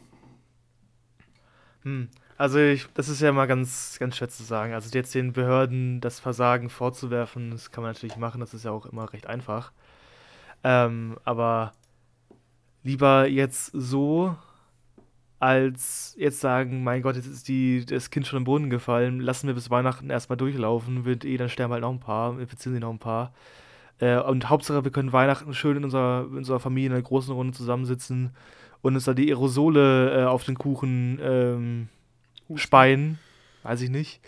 Also das ist ja mal ganz, ganz schwer zu sagen. Also jetzt den Behörden das Versagen vorzuwerfen, das kann man natürlich machen, das ist ja auch immer recht einfach. Aber lieber jetzt so, als jetzt sagen, mein Gott, jetzt ist das Kind schon im Brunnen gefallen, lassen wir bis Weihnachten erstmal durchlaufen, dann sterben halt noch ein paar, infizieren sie noch ein paar. Und Hauptsache, wir können Weihnachten schön in unserer Familie in einer großen Runde zusammensitzen und uns da die Aerosole auf den Kuchen speien. Weiß ich nicht.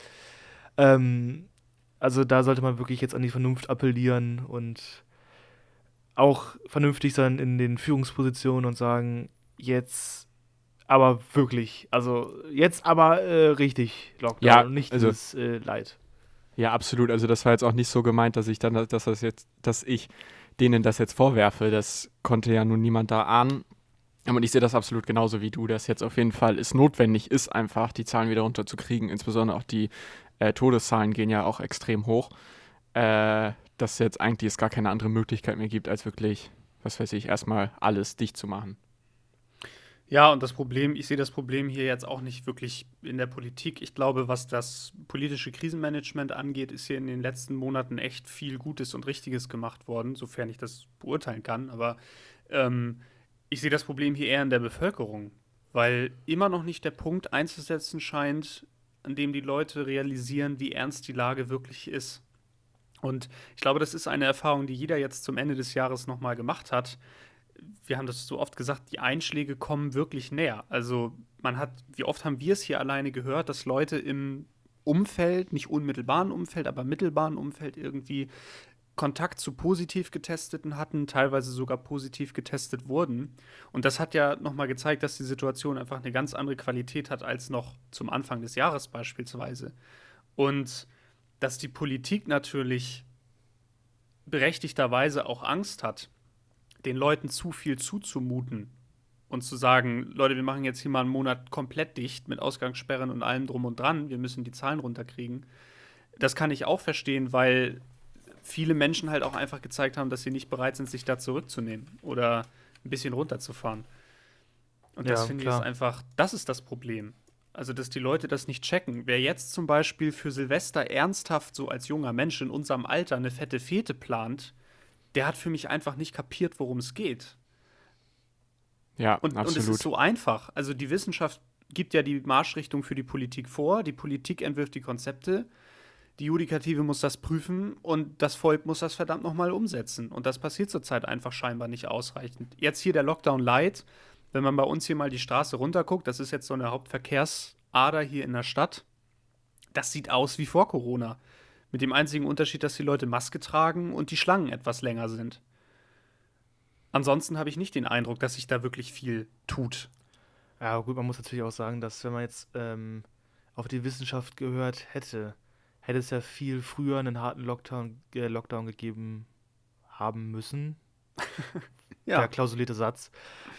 Also da sollte man wirklich jetzt an die Vernunft appellieren und auch vernünftig sein in den Führungspositionen und sagen, jetzt aber wirklich, also jetzt aber richtig Lockdown Ja, und nicht also dieses Leid. ja, absolut. Also das war jetzt auch nicht so gemeint, dass ich denen das jetzt vorwerfe. Das konnte ja nun niemand da ahnen. Und ich sehe das absolut genauso wie du, dass jetzt auf jeden Fall es notwendig ist, einfach die Zahlen wieder runterzukriegen. Insbesondere auch die Todeszahlen gehen ja auch extrem hoch. Dass jetzt eigentlich es gar keine andere Möglichkeit mehr gibt, als wirklich, was weiß ich, erstmal alles dicht zu machen. Ja, und ich sehe das Problem hier jetzt auch nicht wirklich in der Politik. Ich glaube, was das politische Krisenmanagement angeht, ist hier in den letzten Monaten echt viel Gutes und Richtiges gemacht worden, sofern ich das beurteilen kann. Aber ich sehe das Problem hier eher in der Bevölkerung, weil immer noch nicht der Punkt einzusetzen scheint, an dem die Leute realisieren, wie ernst die Lage wirklich ist. Und ich glaube, das ist eine Erfahrung, die jeder jetzt zum Ende des Jahres nochmal gemacht hat. Wir haben das so oft gesagt, die Einschläge kommen wirklich näher. Also wie oft haben wir es hier alleine gehört, dass Leute im Umfeld, nicht unmittelbaren Umfeld, aber mittelbaren Umfeld irgendwie Kontakt zu positiv Getesteten hatten, teilweise sogar positiv getestet wurden. Und das hat ja nochmal gezeigt, dass die Situation einfach eine ganz andere Qualität hat als noch zum Anfang des Jahres beispielsweise. Und dass die Politik natürlich berechtigterweise auch Angst hat, den Leuten zu viel zuzumuten und zu sagen, Leute, wir machen jetzt hier mal einen Monat komplett dicht mit Ausgangssperren und allem drum und dran, wir müssen die Zahlen runterkriegen. Das kann ich auch verstehen, weil viele Menschen halt auch einfach gezeigt haben, dass sie nicht bereit sind, sich da zurückzunehmen oder ein bisschen runterzufahren. Und das finde ich ist einfach, das ist das Problem. Also, dass die Leute das nicht checken. Wer jetzt zum Beispiel für Silvester ernsthaft so als junger Mensch in unserem Alter eine fette Fete plant, der hat für mich einfach nicht kapiert, worum es geht. Ja, Und es absolut. ist so einfach. Also die Wissenschaft gibt ja die Marschrichtung für die Politik vor, die Politik entwirft die Konzepte, die Judikative muss das prüfen und das Volk muss das verdammt nochmal umsetzen. Und das passiert zurzeit einfach scheinbar nicht ausreichend. Jetzt hier der Lockdown Light, wenn man bei uns hier mal die Straße runterguckt, das ist jetzt so eine Hauptverkehrsader hier in der Stadt, das sieht aus wie vor Corona. Mit dem einzigen Unterschied, dass die Leute Maske tragen und die Schlangen etwas länger sind. Ansonsten habe ich nicht den Eindruck, dass sich da wirklich viel tut. Ja, gut, man muss natürlich auch sagen, dass wenn man jetzt auf die Wissenschaft gehört hätte, hätte es ja viel früher einen harten Lockdown gegeben haben müssen. Der klausulierte Satz.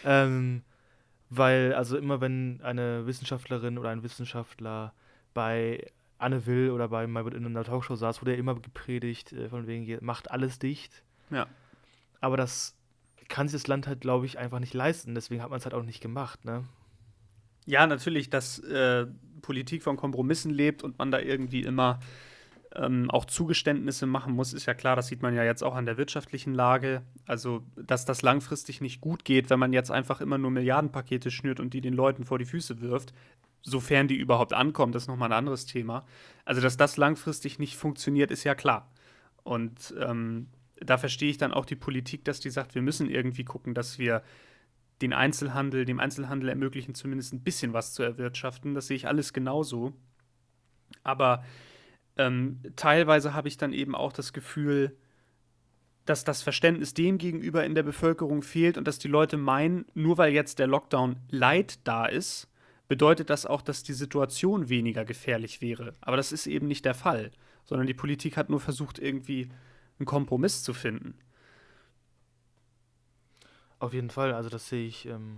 Weil, also immer wenn eine Wissenschaftlerin oder ein Wissenschaftler bei Anne Will oder bei in einer Talkshow saß, wurde ja immer gepredigt, von wegen, macht alles dicht. Ja. Aber das kann sich das Land halt, glaube ich, einfach nicht leisten. Deswegen hat man es halt auch nicht gemacht, ne? Ja, natürlich, dass Politik von Kompromissen lebt und man da irgendwie immer auch Zugeständnisse machen muss, ist ja klar. Das sieht man ja jetzt auch an der wirtschaftlichen Lage. Also, dass das langfristig nicht gut geht, wenn man jetzt einfach immer nur Milliardenpakete schnürt und die den Leuten vor die Füße wirft, sofern die überhaupt ankommen, das ist nochmal ein anderes Thema. Also, dass das langfristig nicht funktioniert, ist ja klar. Und da verstehe ich dann auch die Politik, dass die sagt, wir müssen irgendwie gucken, dass wir dem Einzelhandel ermöglichen, zumindest ein bisschen was zu erwirtschaften. Das sehe ich alles genauso. Aber teilweise habe ich dann eben auch das Gefühl, dass das Verständnis dem gegenüber in der Bevölkerung fehlt und dass die Leute meinen, nur weil jetzt der Lockdown light da ist, bedeutet das auch, dass die Situation weniger gefährlich wäre. Aber das ist eben nicht der Fall, sondern die Politik hat nur versucht, irgendwie einen Kompromiss zu finden. Auf jeden Fall, also das sehe ich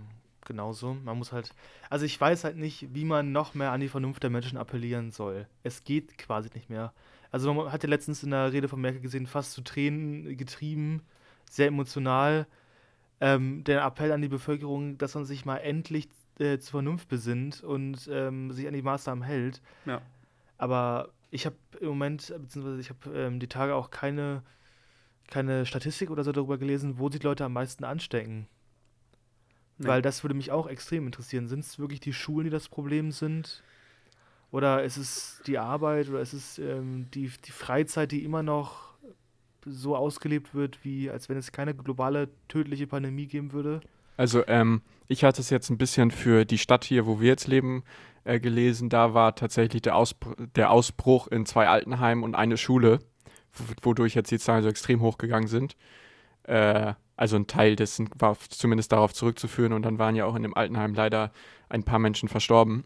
genauso. Man muss halt, also ich weiß halt nicht, wie man noch mehr an die Vernunft der Menschen appellieren soll. Es geht quasi nicht mehr. Also man hat ja letztens in der Rede von Merkel gesehen, fast zu Tränen getrieben, sehr emotional. Der Appell an die Bevölkerung, dass man sich mal endlich zur Vernunft besinnt und sich an die Maßnahmen hält. Ja. Aber ich habe im Moment, beziehungsweise ich habe die Tage auch keine Statistik oder so darüber gelesen, wo sich Leute am meisten anstecken. Nee. Weil das würde mich auch extrem interessieren. Sind es wirklich die Schulen, die das Problem sind? Oder ist es die Arbeit? Oder ist es die Freizeit, die immer noch so ausgelebt wird, wie als wenn es keine globale tödliche Pandemie geben würde? Also ich hatte es jetzt ein bisschen für die Stadt hier, wo wir jetzt leben, gelesen. Da war tatsächlich der Ausbruch in 2 Altenheimen und eine Schule, wodurch jetzt die Zahlen so extrem hochgegangen sind. Also ein Teil dessen war zumindest darauf zurückzuführen und dann waren ja auch in dem Altenheim leider ein paar Menschen verstorben.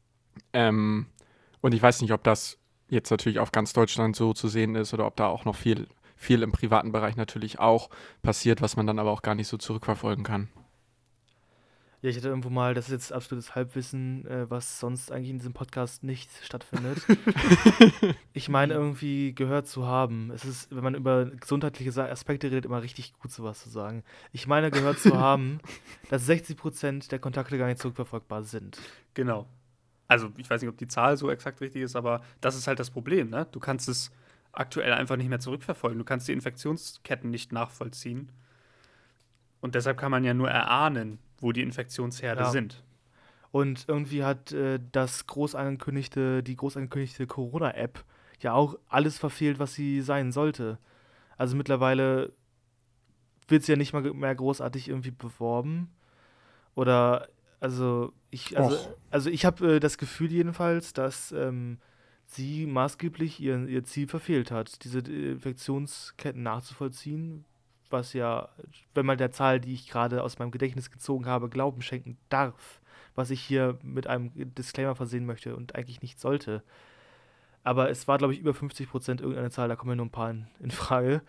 Und ich weiß nicht, ob das jetzt natürlich auf ganz Deutschland so zu sehen ist oder ob da auch noch viel im privaten Bereich natürlich auch passiert, was man dann aber auch gar nicht so zurückverfolgen kann. Ja, ich hatte irgendwo mal, das ist jetzt absolutes Halbwissen, was sonst eigentlich in diesem Podcast nicht stattfindet. Ich meine, irgendwie gehört zu haben. Es ist, wenn man über gesundheitliche Aspekte redet, immer richtig gut, sowas zu sagen. Ich meine, gehört zu haben, dass 60% der Kontakte gar nicht zurückverfolgbar sind. Genau. Also ich weiß nicht, ob die Zahl so exakt richtig ist, aber das ist halt das Problem, ne? Du kannst es aktuell einfach nicht mehr zurückverfolgen. Du kannst die Infektionsketten nicht nachvollziehen. Und deshalb kann man ja nur erahnen, wo die Infektionsherde sind. Und irgendwie hat die groß angekündigte Corona-App ja auch alles verfehlt, was sie sein sollte. Also mittlerweile wird sie ja nicht mal mehr großartig irgendwie beworben. Oder, ich habe das Gefühl jedenfalls, dass sie maßgeblich ihr Ziel verfehlt hat, diese Infektionsketten nachzuvollziehen, was ja, wenn man der Zahl, die ich gerade aus meinem Gedächtnis gezogen habe, Glauben schenken darf, was ich hier mit einem Disclaimer versehen möchte und eigentlich nicht sollte. Aber es war, glaube ich, über 50% irgendeine Zahl, da kommen ja nur ein paar in Frage.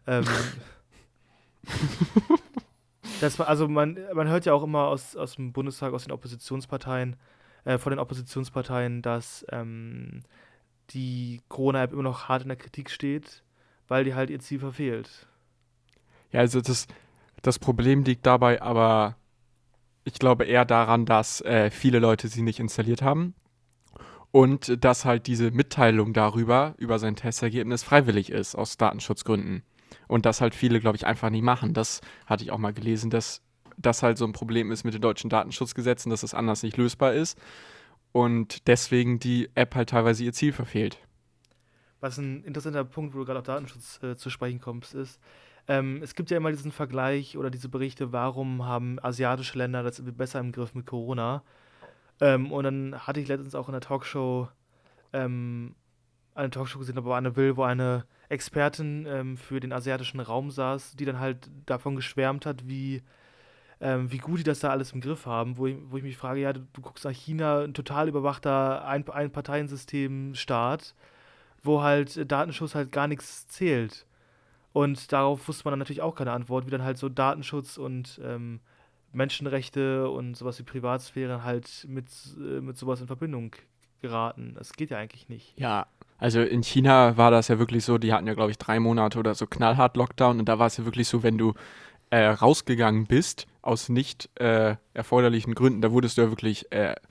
Man hört ja auch immer aus dem Bundestag, aus den Oppositionsparteien, von den Oppositionsparteien, dass die Corona-App immer noch hart in der Kritik steht, weil die halt ihr Ziel verfehlt. Ja, also das Problem liegt dabei aber, ich glaube eher daran, dass viele Leute sie nicht installiert haben und dass halt diese Mitteilung über sein Testergebnis freiwillig ist, aus Datenschutzgründen. Und das halt viele, glaube ich, einfach nicht machen. Das hatte ich auch mal gelesen, dass das halt so ein Problem ist mit den deutschen Datenschutzgesetzen, dass es anders nicht lösbar ist und deswegen die App halt teilweise ihr Ziel verfehlt. Was ein interessanter Punkt, wo du gerade auf Datenschutz zu sprechen kommst, ist, es gibt ja immer diesen Vergleich oder diese Berichte, warum haben asiatische Länder das irgendwie besser im Griff mit Corona. Und dann hatte ich letztens auch in der Talkshow eine Talkshow gesehen, aber Anne Will, wo eine Expertin für den asiatischen Raum saß, die dann halt davon geschwärmt hat, wie gut die das da alles im Griff haben, wo ich mich frage, ja, du guckst nach China, ein total überwachter Ein-Parteiensystem-Staat, wo halt Datenschutz halt gar nichts zählt. Und darauf wusste man dann natürlich auch keine Antwort, wie dann halt so Datenschutz und Menschenrechte und sowas wie Privatsphäre halt mit sowas in Verbindung geraten. Das geht ja eigentlich nicht. Ja, also in China war das ja wirklich so, die hatten ja, glaube ich, 3 Monate oder so knallhart Lockdown und da war es ja wirklich so, wenn du rausgegangen bist aus nicht erforderlichen Gründen, da wurdest du ja wirklich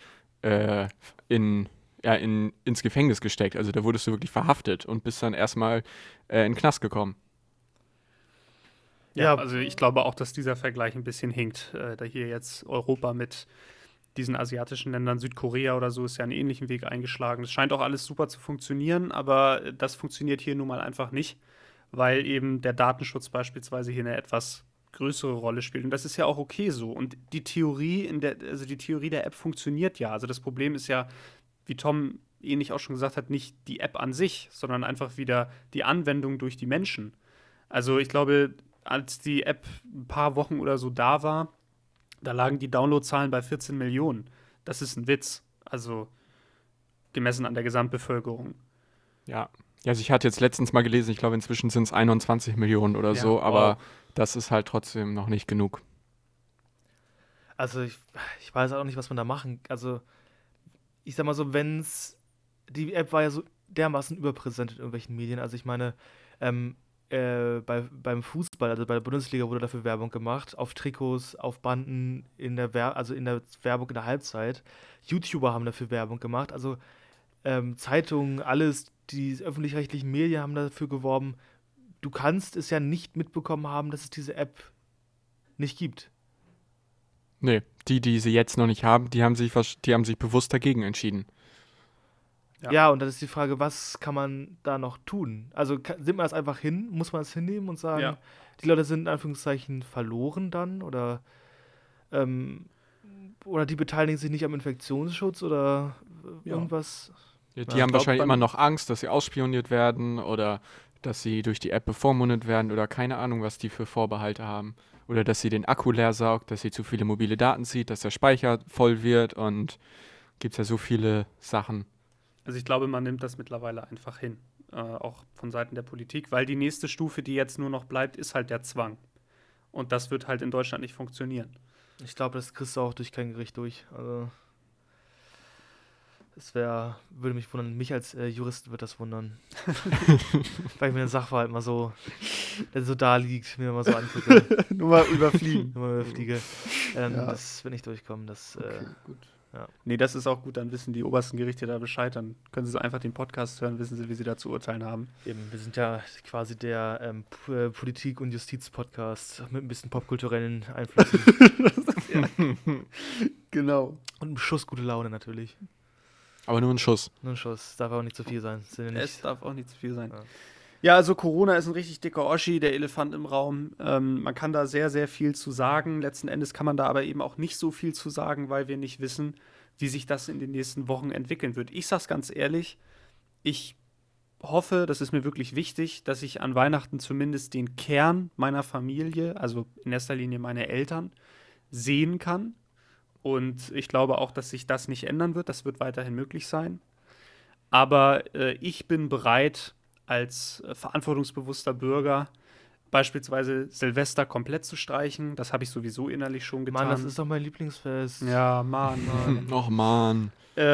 ins Gefängnis gesteckt. Also da wurdest du wirklich verhaftet und bist dann erstmal in den Knast gekommen. Ja, also ich glaube auch, dass dieser Vergleich ein bisschen hinkt, da hier jetzt Europa mit diesen asiatischen Ländern, Südkorea oder so, ist ja einen ähnlichen Weg eingeschlagen. Es scheint auch alles super zu funktionieren, aber das funktioniert hier nun mal einfach nicht, weil eben der Datenschutz beispielsweise hier eine etwas größere Rolle spielt. Und das ist ja auch okay so. Und die Theorie der App funktioniert ja. Also das Problem ist ja, wie Tom ähnlich auch schon gesagt hat, nicht die App an sich, sondern einfach wieder die Anwendung durch die Menschen. Also ich glaube, als die App ein paar Wochen oder so da war, da lagen die Downloadzahlen bei 14 Millionen. Das ist ein Witz. Also gemessen an der Gesamtbevölkerung. Ja, also ich hatte jetzt letztens mal gelesen, ich glaube inzwischen sind es 21 Millionen oder so, aber das ist halt trotzdem noch nicht genug. Also ich weiß auch nicht, was man da machen. Also ich sag mal so, die App war ja so dermaßen überpräsent in irgendwelchen Medien. Also ich meine, beim Fußball, also bei der Bundesliga wurde dafür Werbung gemacht, auf Trikots, auf Banden, also in der Werbung in der Halbzeit. YouTuber haben dafür Werbung gemacht, also Zeitungen, alles, die öffentlich-rechtlichen Medien haben dafür geworben. Du kannst es ja nicht mitbekommen haben, dass es diese App nicht gibt. Nee, die sie jetzt noch nicht haben, die haben sich bewusst dagegen entschieden. Ja, und dann ist die Frage, was kann man da noch tun? Also nimmt man das einfach hin? Muss man das hinnehmen und sagen, die Leute sind in Anführungszeichen verloren dann? Oder die beteiligen sich nicht am Infektionsschutz oder irgendwas? Ja, die haben wahrscheinlich immer noch Angst, dass sie ausspioniert werden oder dass sie durch die App bevormundet werden oder keine Ahnung, was die für Vorbehalte haben. Oder dass sie den Akku leer saugt, dass sie zu viele mobile Daten zieht, dass der Speicher voll wird und gibt es ja so viele Sachen. Also ich glaube, man nimmt das mittlerweile einfach hin, auch von Seiten der Politik, weil die nächste Stufe, die jetzt nur noch bleibt, ist halt der Zwang. Und das wird halt in Deutschland nicht funktionieren. Ich glaube, das kriegst du auch durch kein Gericht durch. Also würde mich wundern, mich als Jurist wird das wundern. Weil ich mir den Sachverhalt mal so, der so da liegt, mir mal so angucke. Nur mal überfliegen. Das wird nicht durchkommen. Okay, gut. Ja. Nee, das ist auch gut, dann wissen die obersten Gerichte da Bescheid, dann können sie so einfach den Podcast hören, wissen sie, wie sie da zu urteilen haben. Eben, wir sind ja quasi der Politik- und Justiz-Podcast mit ein bisschen popkulturellen Einflüssen. Genau. Und einem Schuss gute Laune natürlich. Aber nur ein Schuss. Nur ein Schuss, darf auch nicht zu viel sein. Es darf auch nicht zu viel sein. Ja, also Corona ist ein richtig dicker Oschi, der Elefant im Raum. Man kann da sehr, sehr viel zu sagen. Letzten Endes kann man da aber eben auch nicht so viel zu sagen, weil wir nicht wissen, wie sich das in den nächsten Wochen entwickeln wird. Ich sag's ganz ehrlich, ich hoffe, das ist mir wirklich wichtig, dass ich an Weihnachten zumindest den Kern meiner Familie, also in erster Linie meine Eltern, sehen kann. Und ich glaube auch, dass sich das nicht ändern wird. Das wird weiterhin möglich sein. Aber ich bin bereit, als verantwortungsbewusster Bürger beispielsweise Silvester komplett zu streichen. Das habe ich sowieso innerlich schon getan. Mann, das ist doch mein Lieblingsfest. Ja, Mann. Och, Mann.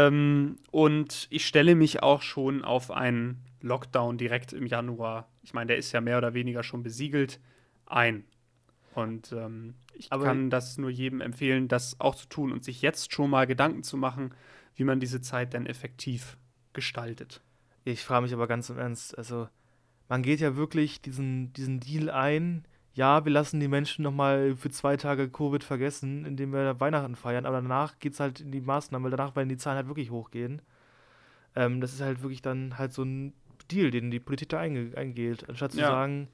Und ich stelle mich auch schon auf einen Lockdown direkt im Januar. Ich meine, der ist ja mehr oder weniger schon besiegelt, ein. Und ich kann das nur jedem empfehlen, das auch zu tun und sich jetzt schon mal Gedanken zu machen, wie man diese Zeit dann effektiv gestaltet. Ich frage mich aber ganz im Ernst, also man geht ja wirklich diesen Deal ein, ja, wir lassen die Menschen nochmal für 2 Tage Covid vergessen, indem wir da Weihnachten feiern, aber danach geht es halt in die Maßnahmen, weil danach werden die Zahlen halt wirklich hochgehen. Das ist halt wirklich dann halt so ein Deal, den die Politik da eingeht, anstatt zu sagen,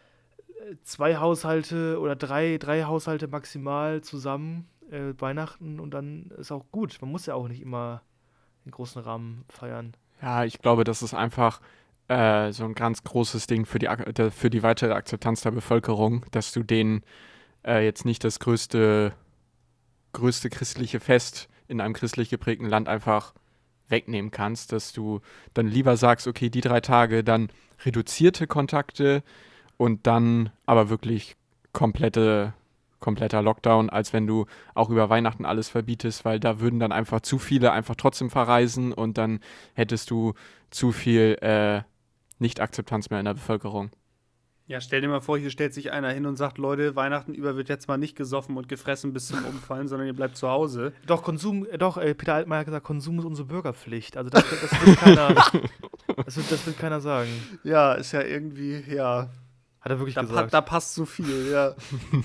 2 Haushalte oder drei Haushalte maximal zusammen Weihnachten und dann ist auch gut. Man muss ja auch nicht immer in großen Rahmen feiern. Ja, ich glaube, das ist einfach so ein ganz großes Ding für die weitere Akzeptanz der Bevölkerung, dass du denen jetzt nicht das größte christliche Fest in einem christlich geprägten Land einfach wegnehmen kannst, dass du dann lieber sagst, okay, die 3 Tage dann reduzierte Kontakte und dann aber wirklich kompletter Lockdown, als wenn du auch über Weihnachten alles verbietest, weil da würden dann einfach zu viele einfach trotzdem verreisen und dann hättest du zu viel Nicht-Akzeptanz mehr in der Bevölkerung. Ja, stell dir mal vor, hier stellt sich einer hin und sagt, Leute, Weihnachten über wird jetzt mal nicht gesoffen und gefressen bis zum Umfallen, sondern ihr bleibt zu Hause. Peter Altmaier hat gesagt, Konsum ist unsere Bürgerpflicht. Also das wird keiner, das wird keiner sagen. Ja, ist ja irgendwie, ja. Hat er wirklich gesagt. Da passt so viel, ja.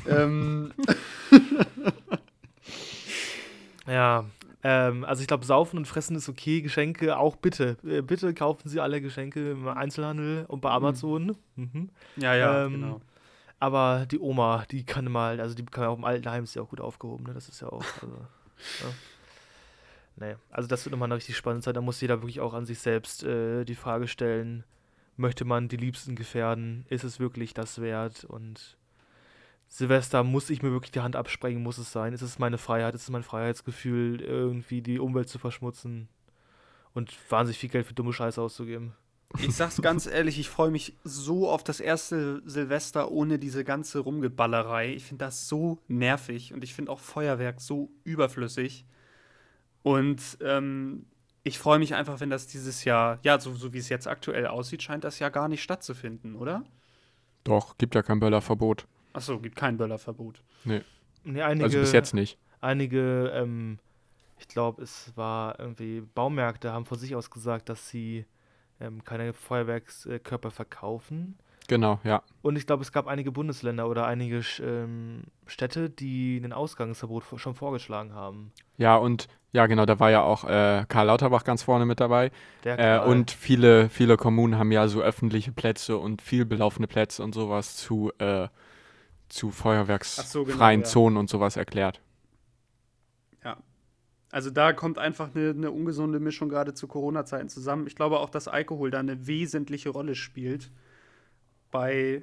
Ja, also ich glaube, Saufen und Fressen ist okay, Geschenke auch bitte. Bitte kaufen Sie alle Geschenke im Einzelhandel und bei Amazon. Mhm. Ja, genau. Aber die Oma, die kann mal, also die kann ja auch im Altenheim, ist ja auch gut aufgehoben, ne? Das ist ja auch, also, ja. Nee, also das wird nochmal eine richtig spannende Zeit. Da muss jeder wirklich auch an sich selbst die Frage stellen, möchte man die Liebsten gefährden? Ist es wirklich das wert? Und Silvester, muss ich mir wirklich die Hand absprengen? Muss es sein? Ist es meine Freiheit? Ist es mein Freiheitsgefühl, irgendwie die Umwelt zu verschmutzen und wahnsinnig viel Geld für dumme Scheiße auszugeben? Ich sag's ganz ehrlich, ich freue mich so auf das erste Silvester ohne diese ganze Rumgeballerei. Ich finde das so nervig und ich finde auch Feuerwerk so überflüssig. Und ich freue mich einfach, wenn das dieses Jahr, ja, so wie es jetzt aktuell aussieht, scheint das ja gar nicht stattzufinden, oder? Doch, gibt ja kein Böllerverbot. Achso, gibt kein Böllerverbot. Nee, Nee, also bis jetzt nicht. Einige, ich glaube, es war irgendwie Baumärkte haben von sich aus gesagt, dass sie keine Feuerwerkskörper verkaufen. Genau, ja. Und ich glaube, es gab einige Bundesländer oder einige Städte, die ein Ausgangsverbot schon vorgeschlagen haben. Ja, und ja, genau, da war ja auch Karl Lauterbach ganz vorne mit dabei. Der Karl. Und viele Kommunen haben ja so öffentliche Plätze und viel belaufene Plätze und sowas zu feuerwerksfreien Zonen und sowas erklärt. Ja. Also da kommt einfach eine ungesunde Mischung gerade zu Corona-Zeiten zusammen. Ich glaube auch, dass Alkohol da eine wesentliche Rolle spielt bei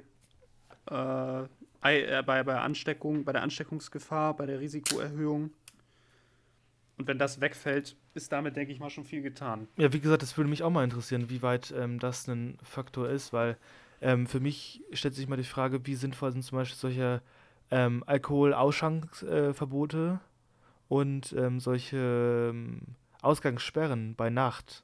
Ansteckung, bei der Ansteckungsgefahr, bei der Risikoerhöhung. Und wenn das wegfällt, ist damit, denke ich mal, schon viel getan. Ja, wie gesagt, das würde mich auch mal interessieren, wie weit das ein Faktor ist, weil für mich stellt sich mal die Frage, wie sinnvoll sind zum Beispiel solche Alkoholausschanksverbote und solche Ausgangssperren bei Nacht.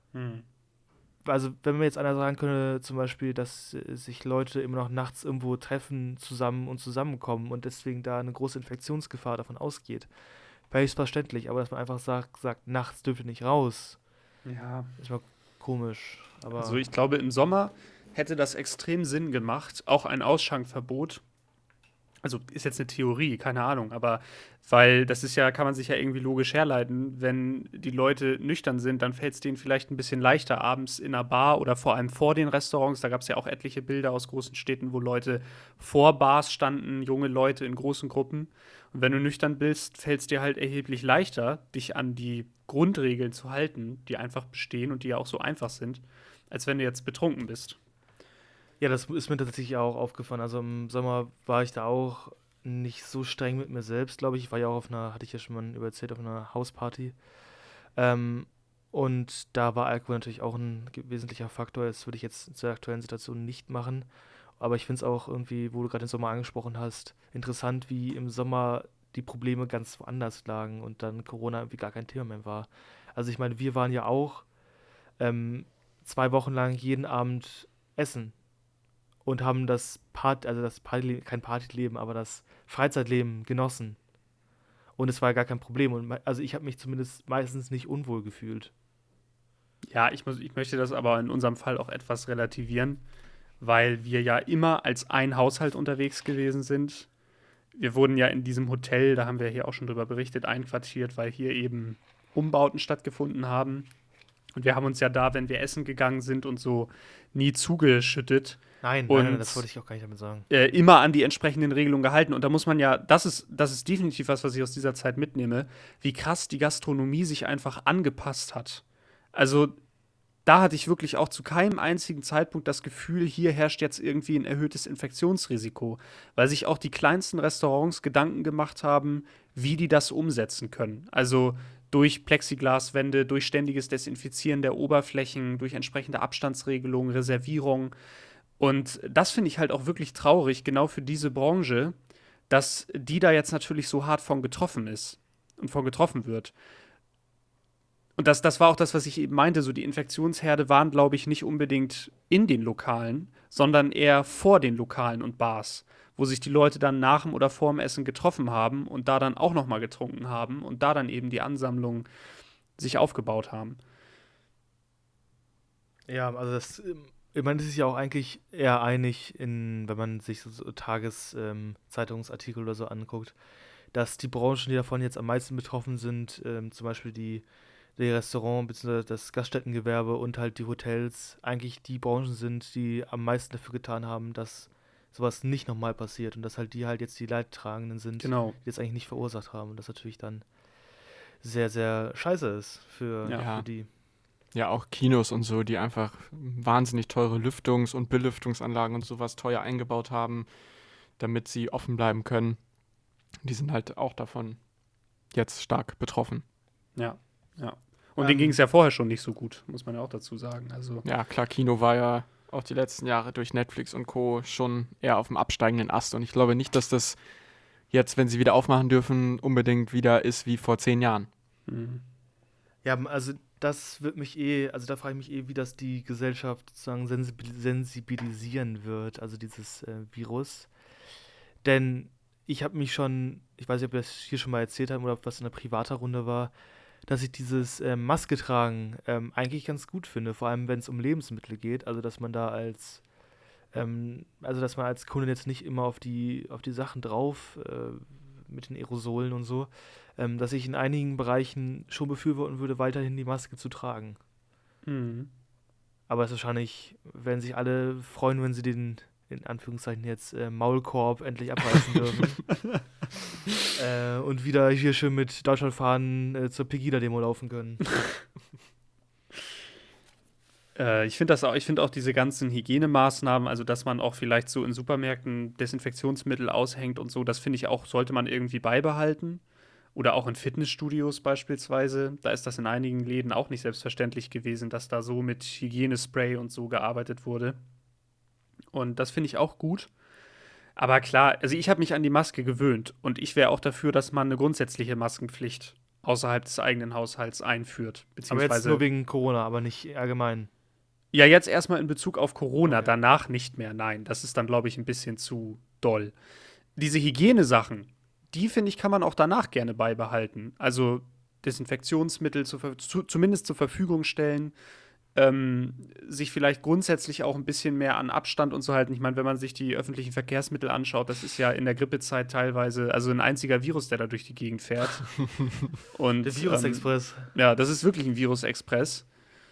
Also wenn mir jetzt einer sagen könnte, zum Beispiel, dass sich Leute immer noch nachts irgendwo treffen zusammenkommen und deswegen da eine große Infektionsgefahr davon ausgeht, wäre ich verständlich, aber dass man einfach sagt, nachts dürft ihr nicht raus, Ja. ist mal komisch. Aber Also ich glaube, im Sommer hätte das extrem Sinn gemacht, auch ein Ausschankverbot. Also ist jetzt eine Theorie, keine Ahnung, aber weil das ist ja, kann man sich ja irgendwie logisch herleiten, wenn die Leute nüchtern sind, dann fällt es denen vielleicht ein bisschen leichter abends in einer Bar oder vor allem vor den Restaurants. Da gab es ja auch etliche Bilder aus großen Städten, wo Leute vor Bars standen, junge Leute in großen Gruppen. Und wenn du nüchtern bist, fällt es dir halt erheblich leichter, dich an die Grundregeln zu halten, die einfach bestehen und die ja auch so einfach sind, als wenn du jetzt betrunken bist. ja, das ist mir tatsächlich auch aufgefallen. Also im Sommer war ich da auch nicht so streng mit mir selbst, glaube ich. Ich war ja auch auf einer, hatte ich ja schon mal erzählt, auf einer Hausparty. Ähm, und da war Alkohol natürlich auch ein wesentlicher Faktor. Das würde ich jetzt zur aktuellen Situation nicht machen. Aber ich finde es auch irgendwie, wo du gerade den Sommer angesprochen hast, interessant, wie im Sommer die Probleme ganz woanders lagen und dann Corona irgendwie gar kein Thema mehr war. Also ich meine, wir waren ja auch 2 Wochen lang jeden Abend essen und haben kein Partyleben, aber das Freizeitleben genossen. Und es war gar kein Problem. Und also ich habe mich zumindest meistens nicht unwohl gefühlt. Ja, ich möchte das aber in unserem Fall auch etwas relativieren, weil wir ja immer als ein Haushalt unterwegs gewesen sind. Wir wurden ja in diesem Hotel, da haben wir hier auch schon drüber berichtet, einquartiert, weil hier eben Umbauten stattgefunden haben. Und wir haben uns ja da, wenn wir essen gegangen sind und so, nie zugeschüttet. Nein, Und das wollte ich auch gar nicht damit sagen. Immer an die entsprechenden Regelungen gehalten. Und da muss man ja, das ist definitiv was ich aus dieser Zeit mitnehme, wie krass die Gastronomie sich einfach angepasst hat. Also da hatte ich wirklich auch zu keinem einzigen Zeitpunkt das Gefühl, hier herrscht jetzt irgendwie ein erhöhtes Infektionsrisiko, weil sich auch die kleinsten Restaurants Gedanken gemacht haben, wie die das umsetzen können. Also durch Plexiglaswände, durch ständiges Desinfizieren der Oberflächen, durch entsprechende Abstandsregelungen, Reservierung. Und das finde ich halt auch wirklich traurig, genau für diese Branche, dass die da jetzt natürlich so hart von getroffen ist und von getroffen wird. Und das war auch das, was ich eben meinte, so die Infektionsherde waren, glaube ich, nicht unbedingt in den Lokalen, sondern eher vor den Lokalen und Bars, wo sich die Leute dann nach dem oder vor dem Essen getroffen haben und da dann auch noch mal getrunken haben und da dann eben die Ansammlung sich aufgebaut haben. Ja, also man ist sich ja auch eigentlich eher einig, wenn man sich so Tageszeitungsartikel oder so anguckt, dass die Branchen, die davon jetzt am meisten betroffen sind, zum Beispiel die Restaurant- bzw. das Gaststättengewerbe und halt die Hotels, eigentlich die Branchen sind, die am meisten dafür getan haben, dass sowas nicht nochmal passiert und dass halt die halt jetzt die Leidtragenden sind, Genau. die es eigentlich nicht verursacht haben und das natürlich dann sehr, sehr scheiße ist für die. Ja, auch Kinos und so, die einfach wahnsinnig teure Lüftungs- und Belüftungsanlagen und sowas teuer eingebaut haben, damit sie offen bleiben können. Die sind halt auch davon jetzt stark betroffen. Ja, ja. Und denen ging es ja vorher schon nicht so gut, muss man ja auch dazu sagen. Also Ja, klar, Kino war ja auch die letzten Jahre durch Netflix und Co. schon eher auf dem absteigenden Ast. Und ich glaube nicht, dass das jetzt, wenn sie wieder aufmachen dürfen, unbedingt wieder ist wie vor 10 Jahren. Ja, also das wird mich da frage ich mich wie das die Gesellschaft sozusagen sensibilisieren wird, also dieses Virus. Denn ich habe mich schon, ich weiß nicht, ob wir das hier schon mal erzählt haben oder ob das in einer privater Runde war, dass ich dieses Maske tragen eigentlich ganz gut finde, vor allem wenn es um Lebensmittel geht, also dass man da dass man als Kunde jetzt nicht immer auf die Sachen drauf mit den Aerosolen und so, dass ich in einigen Bereichen schon befürworten würde, weiterhin die Maske zu tragen. Aber es wahrscheinlich werden sich alle freuen, wenn sie den, in Anführungszeichen jetzt, Maulkorb endlich abreißen dürfen. Und wieder hier schön mit Deutschlandfahnen zur Pegida-Demo laufen können. Ich finde auch diese ganzen Hygienemaßnahmen, also dass man auch vielleicht so in Supermärkten Desinfektionsmittel aushängt und so, das finde ich auch, sollte man irgendwie beibehalten. Oder auch in Fitnessstudios beispielsweise. Da ist das in einigen Läden auch nicht selbstverständlich gewesen, dass da so mit Hygienespray und so gearbeitet wurde. Und das finde ich auch gut. Aber klar, also ich habe mich an die Maske gewöhnt. Und ich wäre auch dafür, dass man eine grundsätzliche Maskenpflicht außerhalb des eigenen Haushalts einführt. Aber jetzt nur wegen Corona, aber nicht allgemein. Ja, jetzt erstmal in Bezug auf Corona, Okay. danach nicht mehr, nein. Das ist dann, glaube ich, ein bisschen zu doll. Diese Hygienesachen, die, finde ich, kann man auch danach gerne beibehalten. Also Desinfektionsmittel zumindest zur Verfügung stellen, sich vielleicht grundsätzlich auch ein bisschen mehr an Abstand und so halten. Ich meine, wenn man sich die öffentlichen Verkehrsmittel anschaut, das ist ja in der Grippezeit teilweise, also ein einziger Virus, der da durch die Gegend fährt. Und, Der Virusexpress. ja, das ist wirklich ein Virusexpress.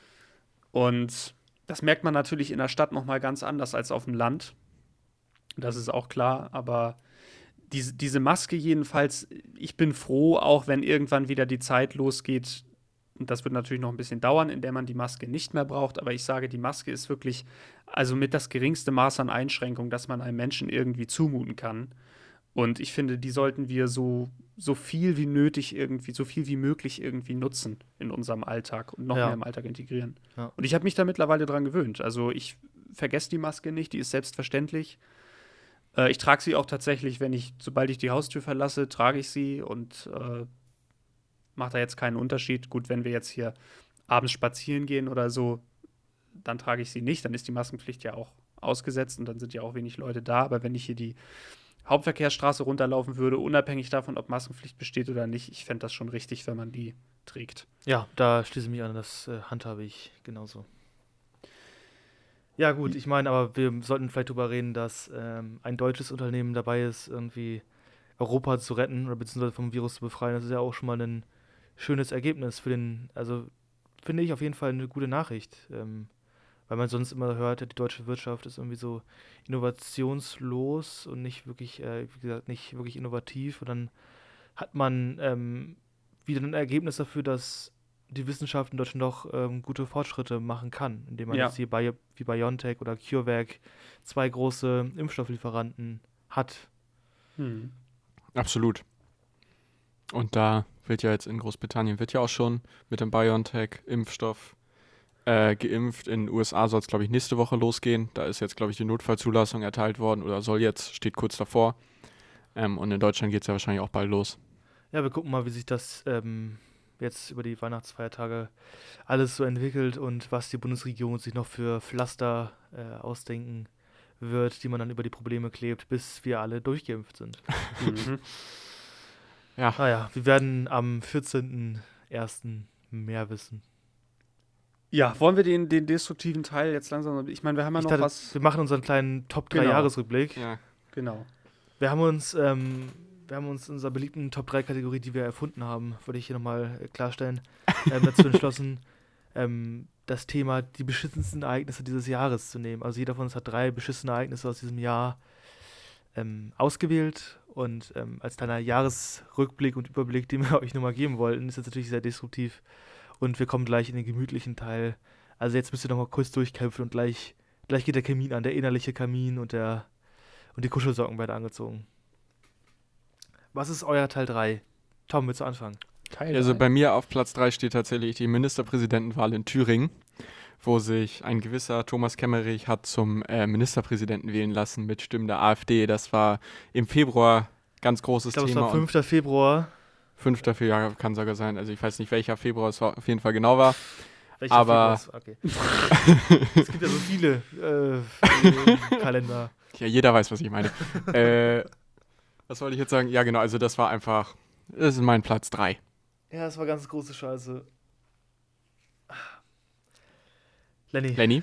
Und das merkt man natürlich in der Stadt noch mal ganz anders als auf dem Land. Das ist auch klar, aber diese Maske jedenfalls, ich bin froh, auch wenn irgendwann wieder die Zeit losgeht, und das wird natürlich noch ein bisschen dauern, in der man die Maske nicht mehr braucht, aber ich sage, die Maske ist wirklich, also mit das geringste Maß an Einschränkung, das man einem Menschen irgendwie zumuten kann. Und ich finde, die sollten wir so viel wie nötig irgendwie, so viel wie möglich irgendwie nutzen in unserem Alltag und noch Ja. mehr im Alltag integrieren. Ja. Und ich habe mich da mittlerweile dran gewöhnt. Also ich vergesse die Maske nicht, die ist selbstverständlich. Ich trage sie auch tatsächlich, sobald ich die Haustür verlasse, trage ich sie und mache da jetzt keinen Unterschied. Gut, wenn wir jetzt hier abends spazieren gehen oder so, dann trage ich sie nicht. Dann ist die Maskenpflicht ja auch ausgesetzt und dann sind ja auch wenig Leute da. Aber wenn ich hier die Hauptverkehrsstraße runterlaufen würde, unabhängig davon, ob Maskenpflicht besteht oder nicht, ich fände das schon richtig, wenn man die trägt. Ja, da schließe ich mich an, das handhabe ich genauso. Ja gut, ich meine, aber wir sollten vielleicht darüber reden, dass ein deutsches Unternehmen dabei ist, irgendwie Europa zu retten oder beziehungsweise vom Virus zu befreien. Das ist ja auch schon mal ein schönes Ergebnis also finde ich auf jeden Fall eine gute Nachricht. Weil man sonst immer hört, die deutsche Wirtschaft ist irgendwie so innovationslos und nicht wirklich, wie gesagt, nicht wirklich innovativ. Und dann hat man wieder ein Ergebnis dafür, dass die Wissenschaft in Deutschland doch gute Fortschritte machen kann, indem man Ja. jetzt hier wie BioNTech oder CureVac 2 große Impfstofflieferanten hat. Absolut. Und da wird ja jetzt in Großbritannien auch schon mit dem BioNTech-Impfstoff geimpft. In den USA soll es, glaube ich, nächste Woche losgehen. Da ist jetzt, glaube ich, die Notfallzulassung erteilt worden oder steht kurz davor. Und in Deutschland geht es ja wahrscheinlich auch bald los. Ja, wir gucken mal, wie sich das jetzt über die Weihnachtsfeiertage alles so entwickelt und was die Bundesregierung sich noch für Pflaster ausdenken wird, die man dann über die Probleme klebt, bis wir alle durchgeimpft sind. Ja. Naja, wir werden am 14.01. mehr wissen. Ja, wollen wir den destruktiven Teil jetzt langsam, ich meine, wir haben ja Ich noch dachte, was. wir machen unseren kleinen Top 3 Genau. Jahresrückblick. Ja. Genau. Wir haben uns in unserer beliebten Top 3 Kategorie, die wir erfunden haben, würde ich hier nochmal klarstellen, dazu entschlossen, das Thema die beschissensten Ereignisse dieses Jahres zu nehmen. Also jeder von uns hat 3 beschissene Ereignisse aus diesem Jahr ausgewählt und als kleiner Jahresrückblick und Überblick, den wir euch nochmal geben wollten, ist jetzt natürlich sehr destruktiv und wir kommen gleich in den gemütlichen Teil. Also jetzt müsst ihr nochmal kurz durchkämpfen und gleich geht der Kamin an, der innerliche Kamin und die Kuschelsocken werden angezogen. Was ist euer Teil 3? Tom, willst du anfangen? Teil Also 3. bei mir auf Platz 3 steht tatsächlich die Ministerpräsidentenwahl in Thüringen, wo sich ein gewisser Thomas Kemmerich hat zum Ministerpräsidenten wählen lassen mit Stimmen der AfD. Das war im Februar ganz großes Ich glaube, es Thema. war 5. Februar. 5. Februar kann sogar sein. Also ich weiß nicht, welcher Februar es auf jeden Fall genau war. Welcher Aber- Februar ist- Okay. Es gibt ja so viele Kalender. Ja, jeder weiß, was ich meine. Was wollte ich jetzt sagen? Ja, genau, also das ist mein Platz 3. Ja, das war ganz große Scheiße. Lenny. Lenny?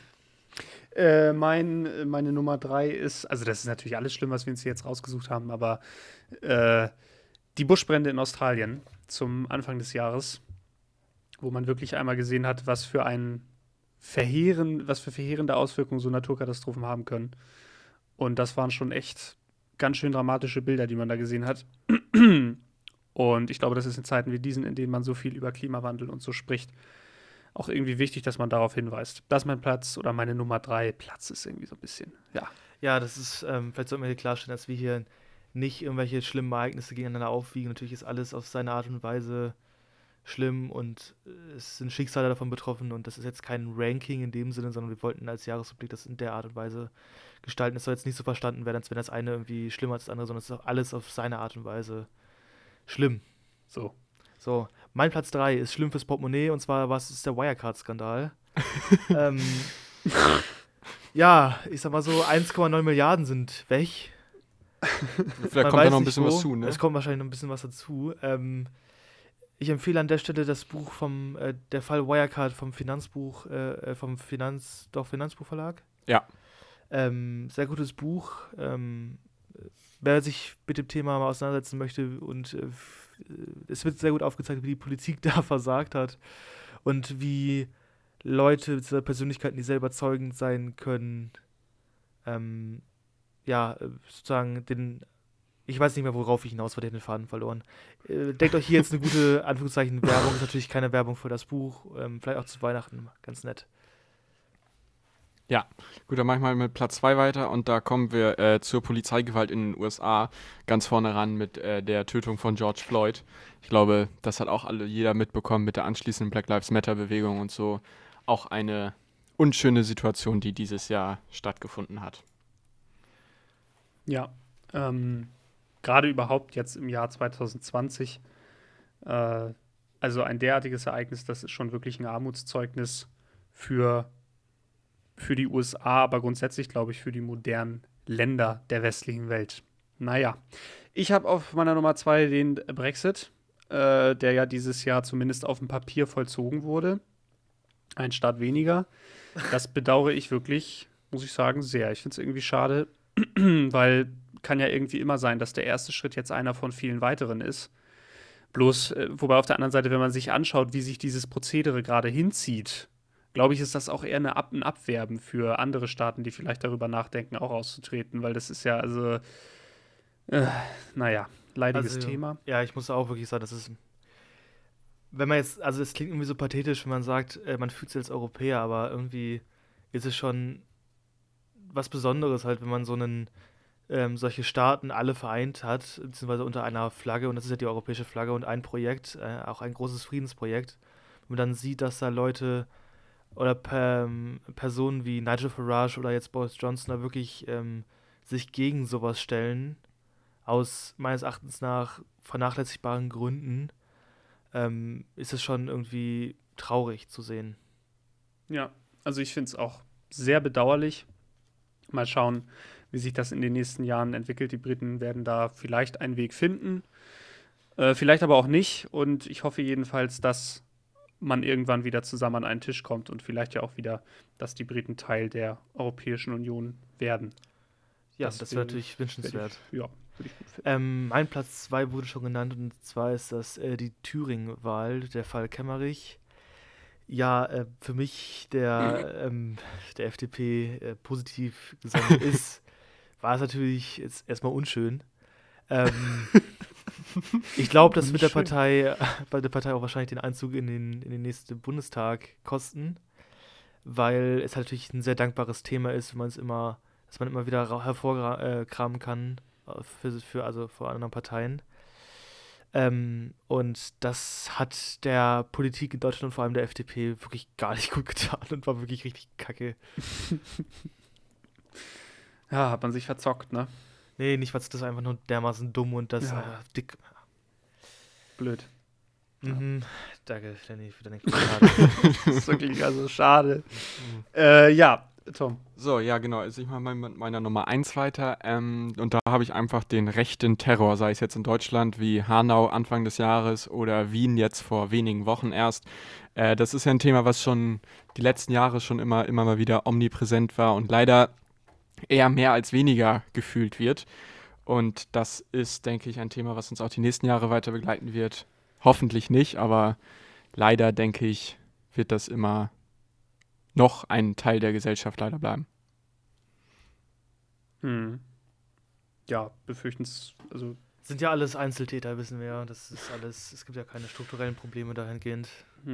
Meine Nummer 3 ist, also das ist natürlich alles schlimm, was wir uns hier jetzt rausgesucht haben, aber die Buschbrände in Australien zum Anfang des Jahres, wo man wirklich einmal gesehen hat, was für verheerende Auswirkungen so Naturkatastrophen haben können. Und das waren schon echt ganz schön dramatische Bilder, die man da gesehen hat. Und ich glaube, das ist in Zeiten wie diesen, in denen man so viel über Klimawandel und so spricht, auch irgendwie wichtig, dass man darauf hinweist. Das ist mein Platz oder meine Nummer 3. Platz ist irgendwie so ein bisschen, ja. Ja, das ist, vielleicht sollten wir hier klarstellen, dass wir hier nicht irgendwelche schlimmen Ereignisse gegeneinander aufwiegen. Natürlich ist alles auf seine Art und Weise schlimm und es sind Schicksale davon betroffen und das ist jetzt kein Ranking in dem Sinne, sondern wir wollten als Jahresrückblick das in der Art und Weise gestalten. Es soll jetzt nicht so verstanden werden, als wenn das eine irgendwie schlimmer als das andere, sondern es ist auch alles auf seine Art und Weise schlimm. So. So, mein Platz 3 ist schlimm fürs Portemonnaie und zwar ist der Wirecard-Skandal. Ja, ich sag mal so, 1,9 Milliarden sind weg. Vielleicht Man kommt da weiß noch ein nicht bisschen wo. was zu, ne? Es kommt wahrscheinlich noch ein bisschen was dazu. Ich empfehle an der Stelle das Buch der Fall Wirecard vom Finanzbuchverlag. Ja. Sehr gutes Buch. Wer sich mit dem Thema mal auseinandersetzen möchte und es wird sehr gut aufgezeigt, wie die Politik da versagt hat und wie Leute, Persönlichkeiten, die sehr überzeugend sein können, sozusagen ich weiß nicht mehr, worauf ich hinaus war, den Faden verloren. Denkt euch hier jetzt eine gute, Anführungszeichen, Werbung, ist natürlich keine Werbung für das Buch, vielleicht auch zu Weihnachten, ganz nett. Gut, dann mach ich mal mit Platz 2 weiter und da kommen wir zur Polizeigewalt in den USA ganz vorne ran mit der Tötung von George Floyd. Ich glaube, das hat auch jeder mitbekommen mit der anschließenden Black Lives Matter Bewegung und so. Auch eine unschöne Situation, die dieses Jahr stattgefunden hat. Ja, gerade überhaupt jetzt im Jahr 2020, also ein derartiges Ereignis, das ist schon wirklich ein Armutszeugnis für die USA, aber grundsätzlich, glaube ich, für die modernen Länder der westlichen Welt. Naja, ich habe auf meiner Nummer 2 den Brexit, der ja dieses Jahr zumindest auf dem Papier vollzogen wurde. Ein Staat weniger. Das bedauere ich wirklich, muss ich sagen, sehr. Ich finde es irgendwie schade, weil kann ja irgendwie immer sein, dass der erste Schritt jetzt einer von vielen weiteren ist. Bloß, wobei auf der anderen Seite, wenn man sich anschaut, wie sich dieses Prozedere gerade hinzieht, glaube ich, ist das auch eher ein Abwerben für andere Staaten, die vielleicht darüber nachdenken, auch auszutreten, weil das ist ja, also, leidiges Thema. Ja, ich muss auch wirklich sagen, das ist, wenn man jetzt, also es klingt irgendwie so pathetisch, wenn man sagt, man fühlt sich als Europäer, aber irgendwie ist es schon was Besonderes halt, wenn man solche Staaten alle vereint hat, beziehungsweise unter einer Flagge, und das ist ja die europäische Flagge und ein Projekt, auch ein großes Friedensprojekt, wenn man dann sieht, dass da Leute oder Personen wie Nigel Farage oder jetzt Boris Johnson da wirklich sich gegen sowas stellen, aus meines Erachtens nach vernachlässigbaren Gründen, ist es schon irgendwie traurig zu sehen. Ja, also ich finde es auch sehr bedauerlich. Mal schauen, wie sich das in den nächsten Jahren entwickelt. Die Briten werden da vielleicht einen Weg finden, vielleicht aber auch nicht. Und ich hoffe jedenfalls, dass man irgendwann wieder zusammen an einen Tisch kommt und vielleicht ja auch wieder, dass die Briten Teil der Europäischen Union werden. Ja, das wäre natürlich wünschenswert. Würde ich gut finden. Mein Platz 2 wurde schon genannt und zwar ist das die Thüringen-Wahl, der Fall Kemmerich. Ja, für mich, der FDP positiv gesonnen ist, war es natürlich jetzt erstmal unschön. Ich glaube, das wird bei der Partei auch wahrscheinlich den Einzug in den nächsten Bundestag kosten, weil es halt natürlich ein sehr dankbares Thema ist, dass man immer wieder hervorkramen kann vor anderen Parteien. Und das hat der Politik in Deutschland und vor allem der FDP wirklich gar nicht gut getan und war wirklich richtig kacke. Ja, hat man sich verzockt, ne? Nee, nicht was, das ist einfach nur dermaßen dumm und das dick. Blöd. Mhm. Danke, Lenny, für deine Kommentare. Das ist wirklich also schade. Ja, Tom. So, ja, genau. Also ich mache mal mit meiner Nummer 1 weiter. Und da habe ich einfach den rechten Terror, sei es jetzt in Deutschland wie Hanau Anfang des Jahres oder Wien jetzt vor wenigen Wochen erst. Das ist ja ein Thema, was schon die letzten Jahre schon immer mal wieder omnipräsent war und leider eher mehr als weniger gefühlt wird. Und das ist, denke ich, ein Thema, was uns auch die nächsten Jahre weiter begleiten wird. Hoffentlich nicht, aber leider, denke ich, wird das immer noch ein Teil der Gesellschaft leider bleiben. Ja, befürchtens, also Sind ja alles Einzeltäter, wissen wir ja. Das ist alles, es gibt ja keine strukturellen Probleme dahingehend.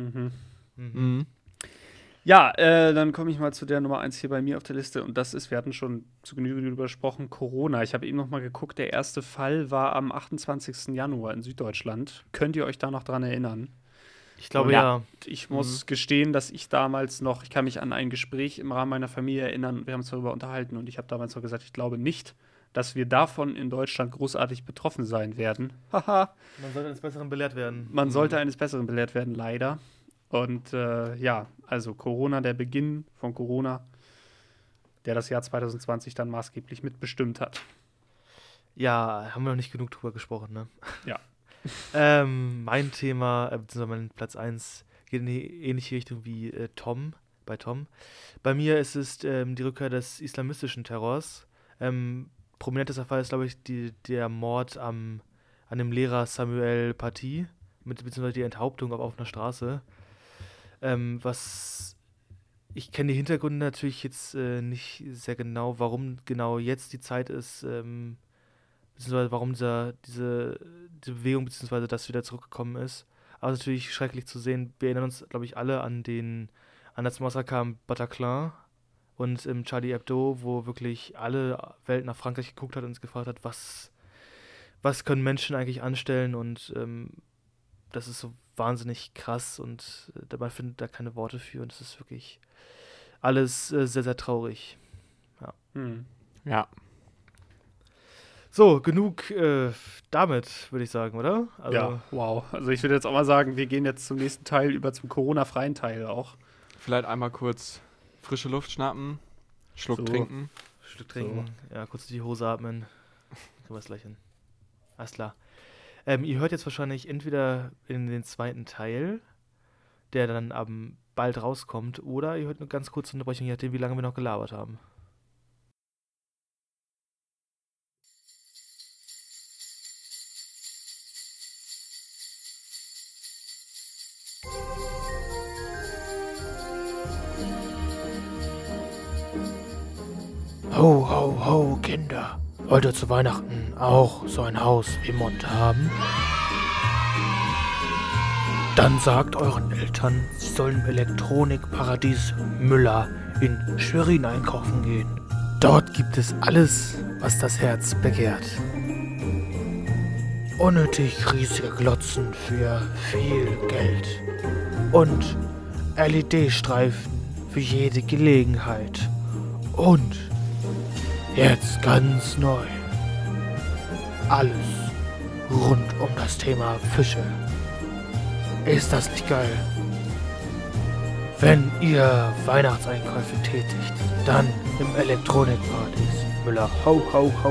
Ja, dann komme ich mal zu der Nummer 1 hier bei mir auf der Liste und das ist, wir hatten schon zu Genüge darüber gesprochen, Corona. Ich habe eben noch mal geguckt, der erste Fall war am 28. Januar in Süddeutschland. Könnt ihr euch da noch dran erinnern? Ich glaube, ja. Ich muss gestehen, dass ich damals noch, ich kann mich an ein Gespräch im Rahmen meiner Familie erinnern, wir haben uns darüber unterhalten und ich habe damals noch gesagt, ich glaube nicht, dass wir davon in Deutschland großartig betroffen sein werden. Haha. Man sollte eines Besseren belehrt werden. Man sollte eines Besseren belehrt werden, leider. Und ja, also Corona, der Beginn von Corona, der das Jahr 2020 dann maßgeblich mitbestimmt hat. Ja, haben wir noch nicht genug drüber gesprochen, ne? Ja. Mein Thema, beziehungsweise mein Platz 1, geht in die ähnliche Richtung wie bei Tom. Bei mir ist es die Rückkehr des islamistischen Terrors. Prominentester Fall ist, glaube ich, der Mord an dem Lehrer Samuel Paty, beziehungsweise die Enthauptung auf offener Straße. Ich kenne die Hintergründe natürlich jetzt nicht sehr genau, warum genau jetzt die Zeit ist, beziehungsweise warum diese Bewegung, beziehungsweise das wieder zurückgekommen ist. Aber es ist natürlich schrecklich zu sehen. Wir erinnern uns, glaube ich, alle an das Massaker im Bataclan und im Charlie Hebdo, wo wirklich alle Welt nach Frankreich geguckt hat und uns gefragt hat, was können Menschen eigentlich anstellen, und das ist so wahnsinnig krass und man findet da keine Worte für und es ist wirklich alles sehr, sehr traurig. Ja. Ja. So, genug damit, würde ich sagen, oder? Also, ja, wow. Also ich würde jetzt auch mal sagen, wir gehen jetzt zum nächsten Teil über zum Corona-freien Teil auch. Vielleicht einmal kurz frische Luft schnappen, Schluck trinken. Ja, kurz die Hose atmen. Können wir es gleich hin. Alles klar. Ihr hört jetzt wahrscheinlich entweder in den zweiten Teil, der dann bald rauskommt, oder ihr hört eine ganz kurze Unterbrechung, je nachdem, wie lange wir noch gelabert haben. Ho, ho, ho, Kinder. Wollt ihr zu Weihnachten auch so ein Haus wie Monte haben? Dann sagt euren Eltern, sie sollen im Elektronikparadies Müller in Schwerin einkaufen gehen. Dort gibt es alles, was das Herz begehrt. Unnötig riesige Glotzen für viel Geld. Und LED-Streifen für jede Gelegenheit. Und jetzt ganz neu. Alles rund um das Thema Fische. Ist das nicht geil? Wenn ihr Weihnachtseinkäufe tätigt, dann im Elektronikparadies Müller. Ho, ho, ho.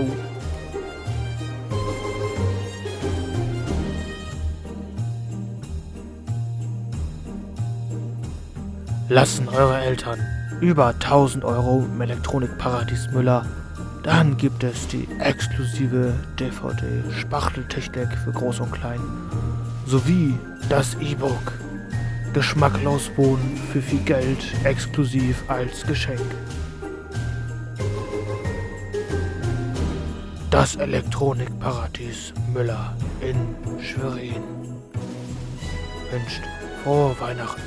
Lassen eure Eltern über 1000 Euro im Elektronikparadies Müller. Dann gibt es die exklusive DVD Spachteltechnik für Groß und Klein sowie das E-Book Geschmacklos Wohnen für viel Geld exklusiv als Geschenk. Das Elektronikparadies Müller in Schwerin wünscht frohe Weihnachten.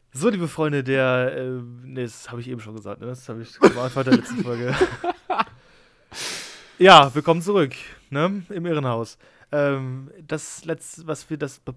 So, liebe Freunde, das habe ich eben schon gesagt, ne? Das habe ich am Anfang der letzten Folge. Ja, willkommen zurück, ne? Im Irrenhaus. Das letzte, was wir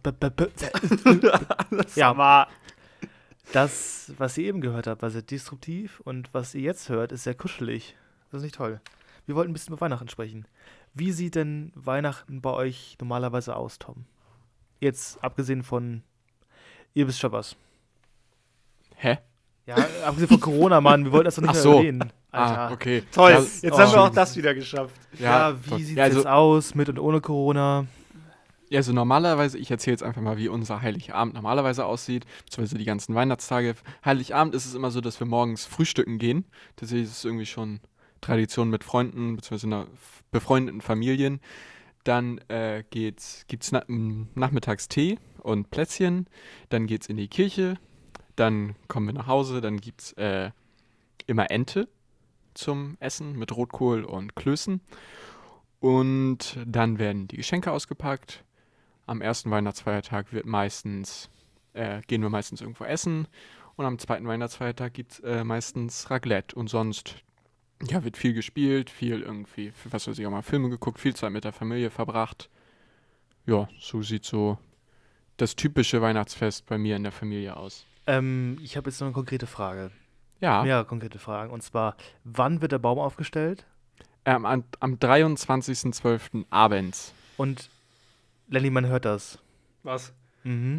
ja, war. das, was ihr eben gehört habt, war sehr disruptiv und was ihr jetzt hört, ist sehr kuschelig. Das ist nicht toll. Wir wollten ein bisschen über Weihnachten sprechen. Wie sieht denn Weihnachten bei euch normalerweise aus, Tom? Jetzt abgesehen von, ihr wisst schon was. Hä? Ja, abgesehen von Corona, Mann, wir wollten das doch nicht Ach mehr so. erwähnen. Alter. Okay. Toll, Ja, jetzt oh. haben wir auch das wieder geschafft. Ja, wie sieht es jetzt aus mit und ohne Corona? Ja, also normalerweise, ich erzähle jetzt einfach mal, wie unser Heiligabend normalerweise aussieht, beziehungsweise die ganzen Weihnachtstage. Heiligabend ist es immer so, dass wir morgens frühstücken gehen. Tatsächlich ist es irgendwie schon Tradition mit Freunden, beziehungsweise einer befreundeten Familien. Dann gibt's nachmittags Tee und Plätzchen. Dann geht's in die Kirche. Dann kommen wir nach Hause. Dann gibt's immer Ente zum Essen mit Rotkohl und Klößen. Und dann werden die Geschenke ausgepackt. Am ersten Weihnachtsfeiertag gehen wir meistens irgendwo essen. Und am zweiten Weihnachtsfeiertag gibt es meistens Raclette. Und sonst wird viel gespielt, viel irgendwie, was weiß ich, auch mal Filme geguckt, viel Zeit mit der Familie verbracht. Ja, so sieht so das typische Weihnachtsfest bei mir in der Familie aus. Ich habe jetzt noch eine konkrete Frage. Ja, Mehrere konkrete Fragen. Und zwar, wann wird der Baum aufgestellt? am 23.12. abends. Und Lenny, man hört das. Was? Mhm.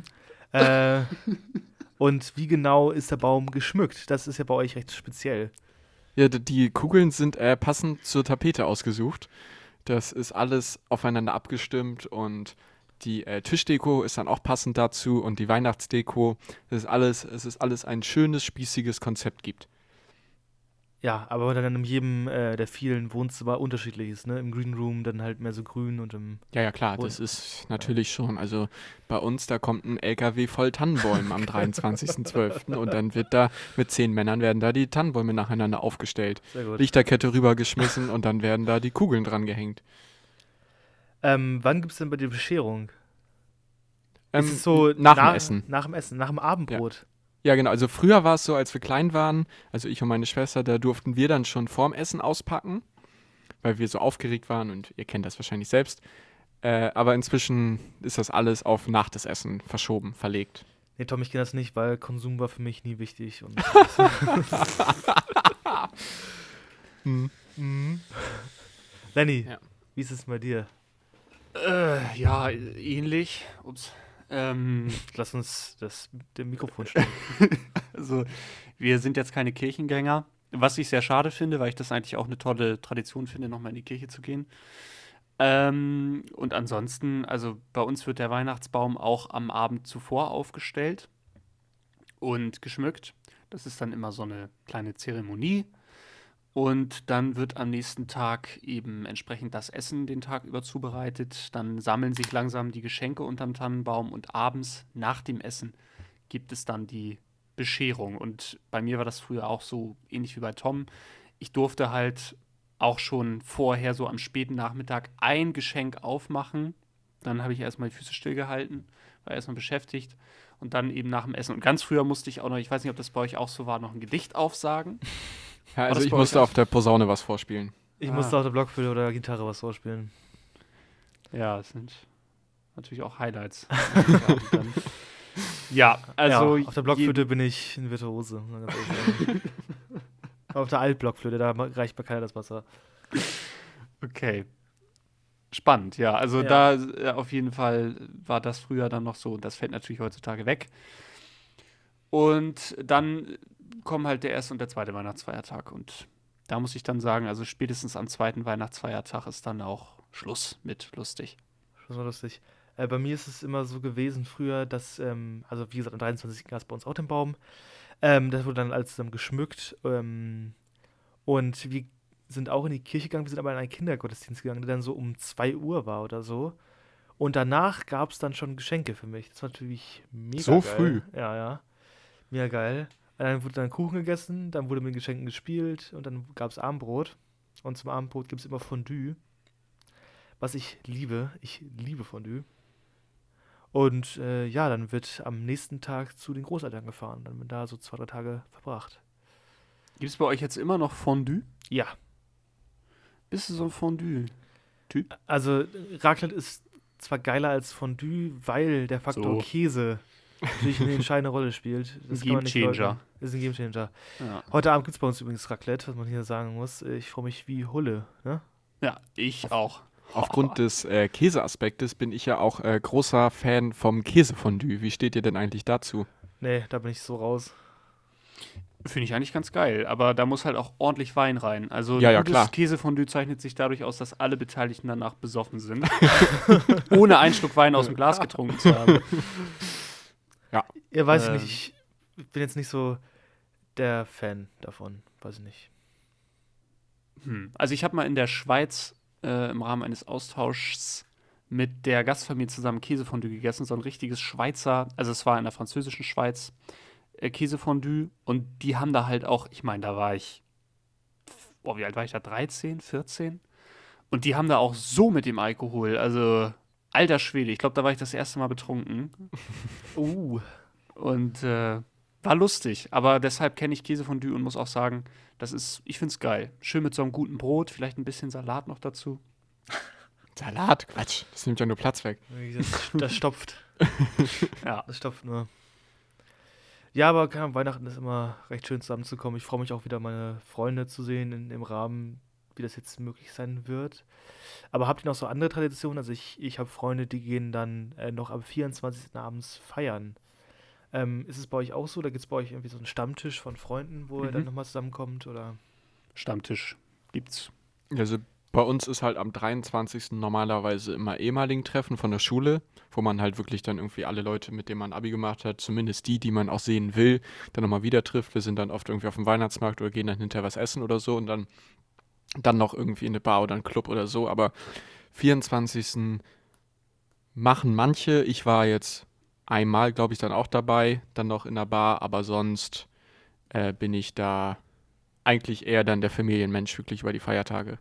Und wie genau ist der Baum geschmückt? Das ist ja bei euch recht speziell. Ja, die Kugeln sind passend zur Tapete ausgesucht. Das ist alles aufeinander abgestimmt und die Tischdeko ist dann auch passend dazu und die Weihnachtsdeko. Es ist alles ein schönes, spießiges Konzept gibt. Ja, aber dann in jedem der vielen Wohnzimmer unterschiedlich ist, ne? Im Green Room dann halt mehr so grün und im... Ja, klar, das ist natürlich schon. Also bei uns, da kommt ein LKW voll Tannenbäumen am 23.12. und dann wird da mit 10 Männern werden da die Tannenbäume nacheinander aufgestellt. Sehr gut. Lichterkette rübergeschmissen und dann werden da die Kugeln dran gehängt. Wann gibt es denn bei dir Bescherung? Ist es nach dem Essen. Nach dem Essen, nach dem Abendbrot. Ja, genau. Also früher war es so, als wir klein waren, also ich und meine Schwester, da durften wir dann schon vorm Essen auspacken, weil wir so aufgeregt waren und ihr kennt das wahrscheinlich selbst. Aber inzwischen ist das alles auf nach des Essen verschoben, verlegt. Nee, Tom, ich kenne das nicht, weil Konsum war für mich nie wichtig. Und Mhm. Lenny, Ja. wie ist es bei dir? Ja, ähnlich. Ups. Lass uns dem Mikrofon stellen. Also, wir sind jetzt keine Kirchengänger, was ich sehr schade finde, weil ich das eigentlich auch eine tolle Tradition finde, nochmal in die Kirche zu gehen. Und ansonsten, also bei uns wird der Weihnachtsbaum auch am Abend zuvor aufgestellt und geschmückt. Das ist dann immer so eine kleine Zeremonie. Und dann wird am nächsten Tag eben entsprechend das Essen den Tag über zubereitet. Dann sammeln sich langsam die Geschenke unterm Tannenbaum und abends nach dem Essen gibt es dann die Bescherung. Und bei mir war das früher auch so ähnlich wie bei Tom. Ich durfte halt auch schon vorher so am späten Nachmittag ein Geschenk aufmachen. Dann habe ich erstmal die Füße stillgehalten, war erstmal beschäftigt. Und dann eben nach dem Essen. Und ganz früher musste ich auch noch, ich weiß nicht, ob das bei euch auch so war, noch ein Gedicht aufsagen. Ja, das also ich bei euch musste auch? auf der Posaune was vorspielen. Ich musste auf der Blockflöte oder Gitarre was vorspielen. Ja, das sind natürlich auch Highlights. Ja, also. Ja, auf der Blockflöte bin ich ein Virtuose. Ganz ehrlich sagen. Auf der Altblockflöte, da reicht bei keiner das Wasser. Okay. Spannend, ja. Also Ja. da auf jeden Fall war das früher dann noch so. Das fällt natürlich heutzutage weg. Und dann kommen halt der erste und der zweite Weihnachtsfeiertag. Und da muss ich dann sagen, also spätestens am zweiten Weihnachtsfeiertag ist dann auch Schluss mit lustig. Das war lustig. Bei mir ist es immer so gewesen früher, dass, also wie gesagt, am 23. gab es bei uns auch den Baum. Das wurde dann alles zusammen geschmückt. Und wir sind auch in die Kirche gegangen, wir sind aber in einen Kindergottesdienst gegangen, der dann so um 2 Uhr war oder so. Und danach gab es dann schon Geschenke für mich. Das war natürlich mega So geil. früh? Ja, ja. Mega geil. Dann wurde dann Kuchen gegessen, dann wurde mit den Geschenken gespielt und dann gab es Abendbrot. Und zum Abendbrot gibt es immer Fondue. Was ich liebe. Ich liebe Fondue. Und ja, dann wird am nächsten Tag zu den Großeltern gefahren. Dann wird da so 2-3 Tage verbracht. Gibt es bei euch jetzt immer noch Fondue? Ja, Bist du so ein Fondue-Typ? also Raclette ist zwar geiler als Fondue, weil der Faktor So. Käse natürlich eine entscheidende Rolle spielt. Das kann man nicht Gamechanger. leugnen. Ist ein Gamechanger. Ja. Heute Abend gibt es bei uns übrigens Raclette, was man hier sagen muss. Ich freue mich wie Hulle. Ne? Ja, ich auch. Aufgrund des Käseaspektes bin ich ja auch großer Fan vom Käsefondue. Wie steht ihr denn eigentlich dazu? Nee, da bin ich so raus. Finde ich eigentlich ganz geil, aber da muss halt auch ordentlich Wein rein. Also Ja, ja, gutes klar. Käsefondue zeichnet sich dadurch aus, dass alle Beteiligten danach besoffen sind. Ohne einen Schluck Wein aus dem Glas getrunken zu haben. Ja, weiß ich nicht. Ich bin jetzt nicht so der Fan davon. Weiß ich nicht. Also ich habe mal in der Schweiz im Rahmen eines Austauschs mit der Gastfamilie zusammen Käsefondue gegessen. So ein richtiges Schweizer, also es war in der französischen Schweiz, Käsefondue. Und die haben da halt auch, ich meine, da war ich, wie alt war ich da? 13, 14? Und die haben da auch so mit dem Alkohol, also alter Schwede, ich glaube, da war ich das erste Mal betrunken. Und war lustig, aber deshalb kenne ich Käsefondue und muss auch sagen, ich finde es geil. Schön mit so einem guten Brot, vielleicht ein bisschen Salat noch dazu. Salat? Quatsch, das nimmt ja nur Platz weg. Das stopft. Ja. Das stopft nur. Ja, aber keine Ahnung, Weihnachten ist immer recht schön zusammenzukommen. Ich freue mich auch wieder, meine Freunde zu sehen im Rahmen, wie das jetzt möglich sein wird. Aber habt ihr noch so andere Traditionen? Also ich habe Freunde, die gehen dann noch am 24. abends feiern. Ist es bei euch auch so? Da gibt es bei euch irgendwie so einen Stammtisch von Freunden, wo ihr dann nochmal zusammenkommt? Oder? Stammtisch gibt's. Also bei uns ist halt am 23. normalerweise immer ehemaligen Treffen von der Schule, wo man halt wirklich dann irgendwie alle Leute, mit denen man Abi gemacht hat, zumindest die man auch sehen will, dann nochmal wieder trifft. Wir sind dann oft irgendwie auf dem Weihnachtsmarkt oder gehen dann hinterher was essen oder so und dann noch irgendwie in eine Bar oder einen Club oder so. Aber 24. machen manche. Ich war jetzt einmal, glaube ich, dann auch dabei, dann noch in der Bar, aber sonst bin ich da eigentlich eher dann der Familienmensch, wirklich über die Feiertage.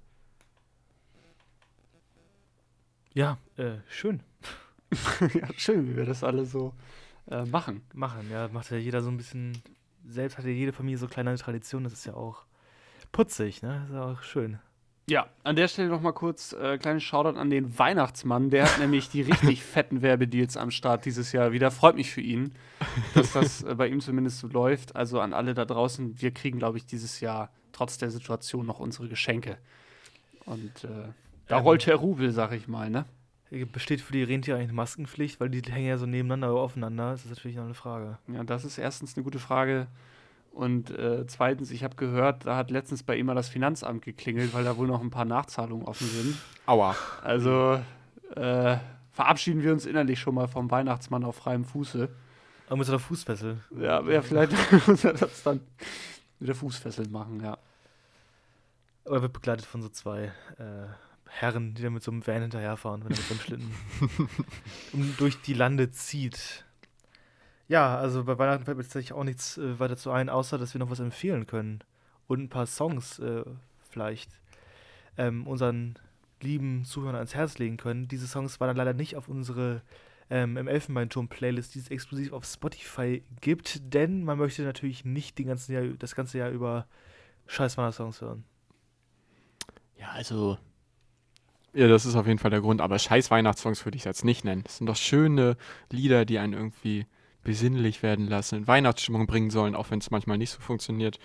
Ja, schön. Ja, schön, wie wir das alle so machen. Ja, macht ja jeder so ein bisschen, selbst hat ja jede Familie so kleine Traditionen, das ist ja auch putzig, ne? Das ist ja auch schön. Ja, an der Stelle noch mal kurz kleines Shoutout an den Weihnachtsmann. Der hat nämlich die richtig fetten Werbedeals am Start dieses Jahr wieder. Freut mich für ihn, dass das bei ihm zumindest so läuft. Also an alle da draußen, wir kriegen, glaube ich, dieses Jahr trotz der Situation noch unsere Geschenke. Und da rollt der Rubel, sag ich mal, ne? Besteht für die Rentiere eigentlich eine Maskenpflicht? Weil die hängen ja so nebeneinander oder aufeinander. Das ist natürlich noch eine Frage. Ja, das ist erstens eine gute Frage. Und zweitens, ich habe gehört, da hat letztens bei ihm mal das Finanzamt geklingelt, weil da wohl noch ein paar Nachzahlungen offen sind. Aua. Also verabschieden wir uns innerlich schon mal vom Weihnachtsmann auf freiem Fuße. Aber mit so einer Fußfessel. Ja, vielleicht muss er das dann mit der Fußfessel machen, ja. Oder wird begleitet von so zwei Herren, die dann mit so einem Van hinterherfahren, wenn er mit so einem Schlitten durch die Lande zieht. Ja, also bei Weihnachten fällt mir tatsächlich auch nichts weiter zu ein, außer dass wir noch was empfehlen können. Und ein paar Songs vielleicht unseren lieben Zuhörern ans Herz legen können. Diese Songs waren dann leider nicht auf unsere im Elfenbeinturm-Playlist, die es exklusiv auf Spotify gibt, denn man möchte natürlich nicht das ganze Jahr über scheiß Weihnachtssongs hören. Ja, also. Ja, das ist auf jeden Fall der Grund, aber scheiß Weihnachtssongs würde ich jetzt nicht nennen. Das sind doch schöne Lieder, die einen irgendwie besinnlich werden lassen, in Weihnachtsstimmung bringen sollen, auch wenn es manchmal nicht so funktioniert.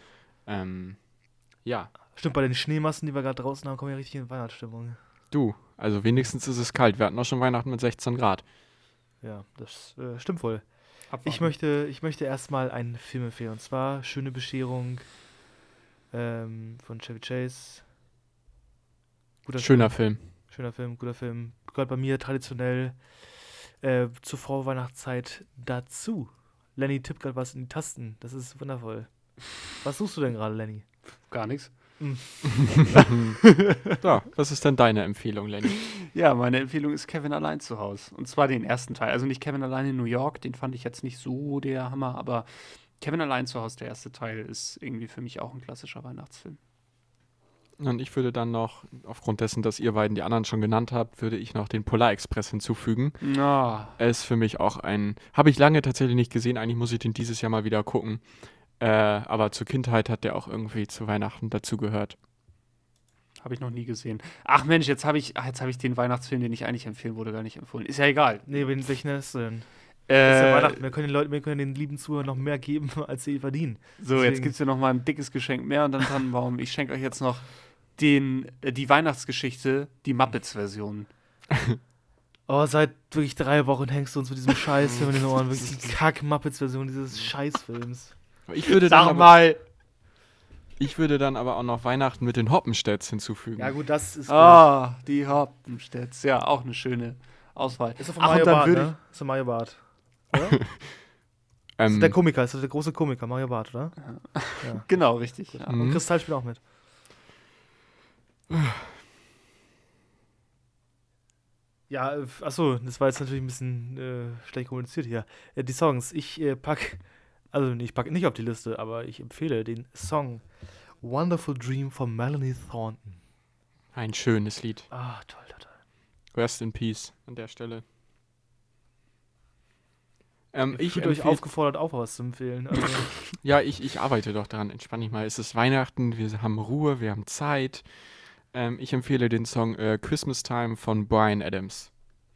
Ja. Stimmt, bei den Schneemassen, die wir gerade draußen haben, kommen wir ja richtig in Weihnachtsstimmung. Du, also wenigstens ist es kalt. Wir hatten auch schon Weihnachten mit 16 Grad. Ja, das stimmt wohl. Abwarten. Ich möchte erstmal einen Film empfehlen, und zwar Schöne Bescherung von Chevy Chase. Schöner Film. Schöner Film, guter Film. Gehört bei mir traditionell zur Vorweihnachtszeit dazu. Lenny tippt gerade was in die Tasten. Das ist wundervoll. Was suchst du denn gerade, Lenny? Gar nichts. Ja, was ist denn deine Empfehlung, Lenny? Ja, meine Empfehlung ist Kevin allein zu Hause. Und zwar den ersten Teil. Also nicht Kevin allein in New York, den fand ich jetzt nicht so der Hammer, aber Kevin allein zu Hause, der erste Teil, ist irgendwie für mich auch ein klassischer Weihnachtsfilm. Und ich würde dann noch, aufgrund dessen, dass ihr beiden die anderen schon genannt habt, würde ich noch den Polar Express hinzufügen. Er ist für mich auch habe ich lange tatsächlich nicht gesehen, eigentlich muss ich den dieses Jahr mal wieder gucken. Aber zur Kindheit hat der auch irgendwie zu Weihnachten dazugehört. Habe ich noch nie gesehen. Ach Mensch, jetzt habe ich den Weihnachtsfilm, den ich eigentlich empfehlen wollte, gar nicht empfohlen. Ist ja egal. Nee, welchen ist denn? Das ist ja Weihnachten. Wir können den lieben Zuhörern noch mehr geben, als sie verdienen. So, deswegen. Jetzt gibt es ja noch mal ein dickes Geschenk mehr und dann Tannenbaum. Ich schenke euch jetzt noch die Weihnachtsgeschichte, die Muppets-Version. Oh, seit wirklich 3 Wochen hängst du uns mit diesem Scheißfilm in den Ohren. Wirklich die Kack-Muppets-Version dieses Scheißfilms. Ich würde dann aber auch noch Weihnachten mit den Hoppenstedts hinzufügen. Ja gut, das ist gut. Die Hoppenstedts. Ja, auch eine schöne Auswahl. Ist doch von Mario Barth, ne? Ist von Mario Barth. Oder? Das ist der Komiker, ist das der große Komiker, Mario Barth, oder? Ja. Genau, richtig. Ja. Und Kristall spielt auch mit. Ja, achso, das war jetzt natürlich ein bisschen schlecht kommuniziert hier. Die Songs, ich packe nicht auf die Liste, aber ich empfehle den Song Wonderful Dream von Melanie Thornton. Ein schönes Lied. Ah, toll. Rest in Peace an der Stelle. Ich fühle euch aufgefordert, auch was zu empfehlen. Also ja, ich arbeite doch daran. Entspann dich mal. Es ist Weihnachten, wir haben Ruhe, wir haben Zeit. Ich empfehle den Song Christmas Time von Bryan Adams.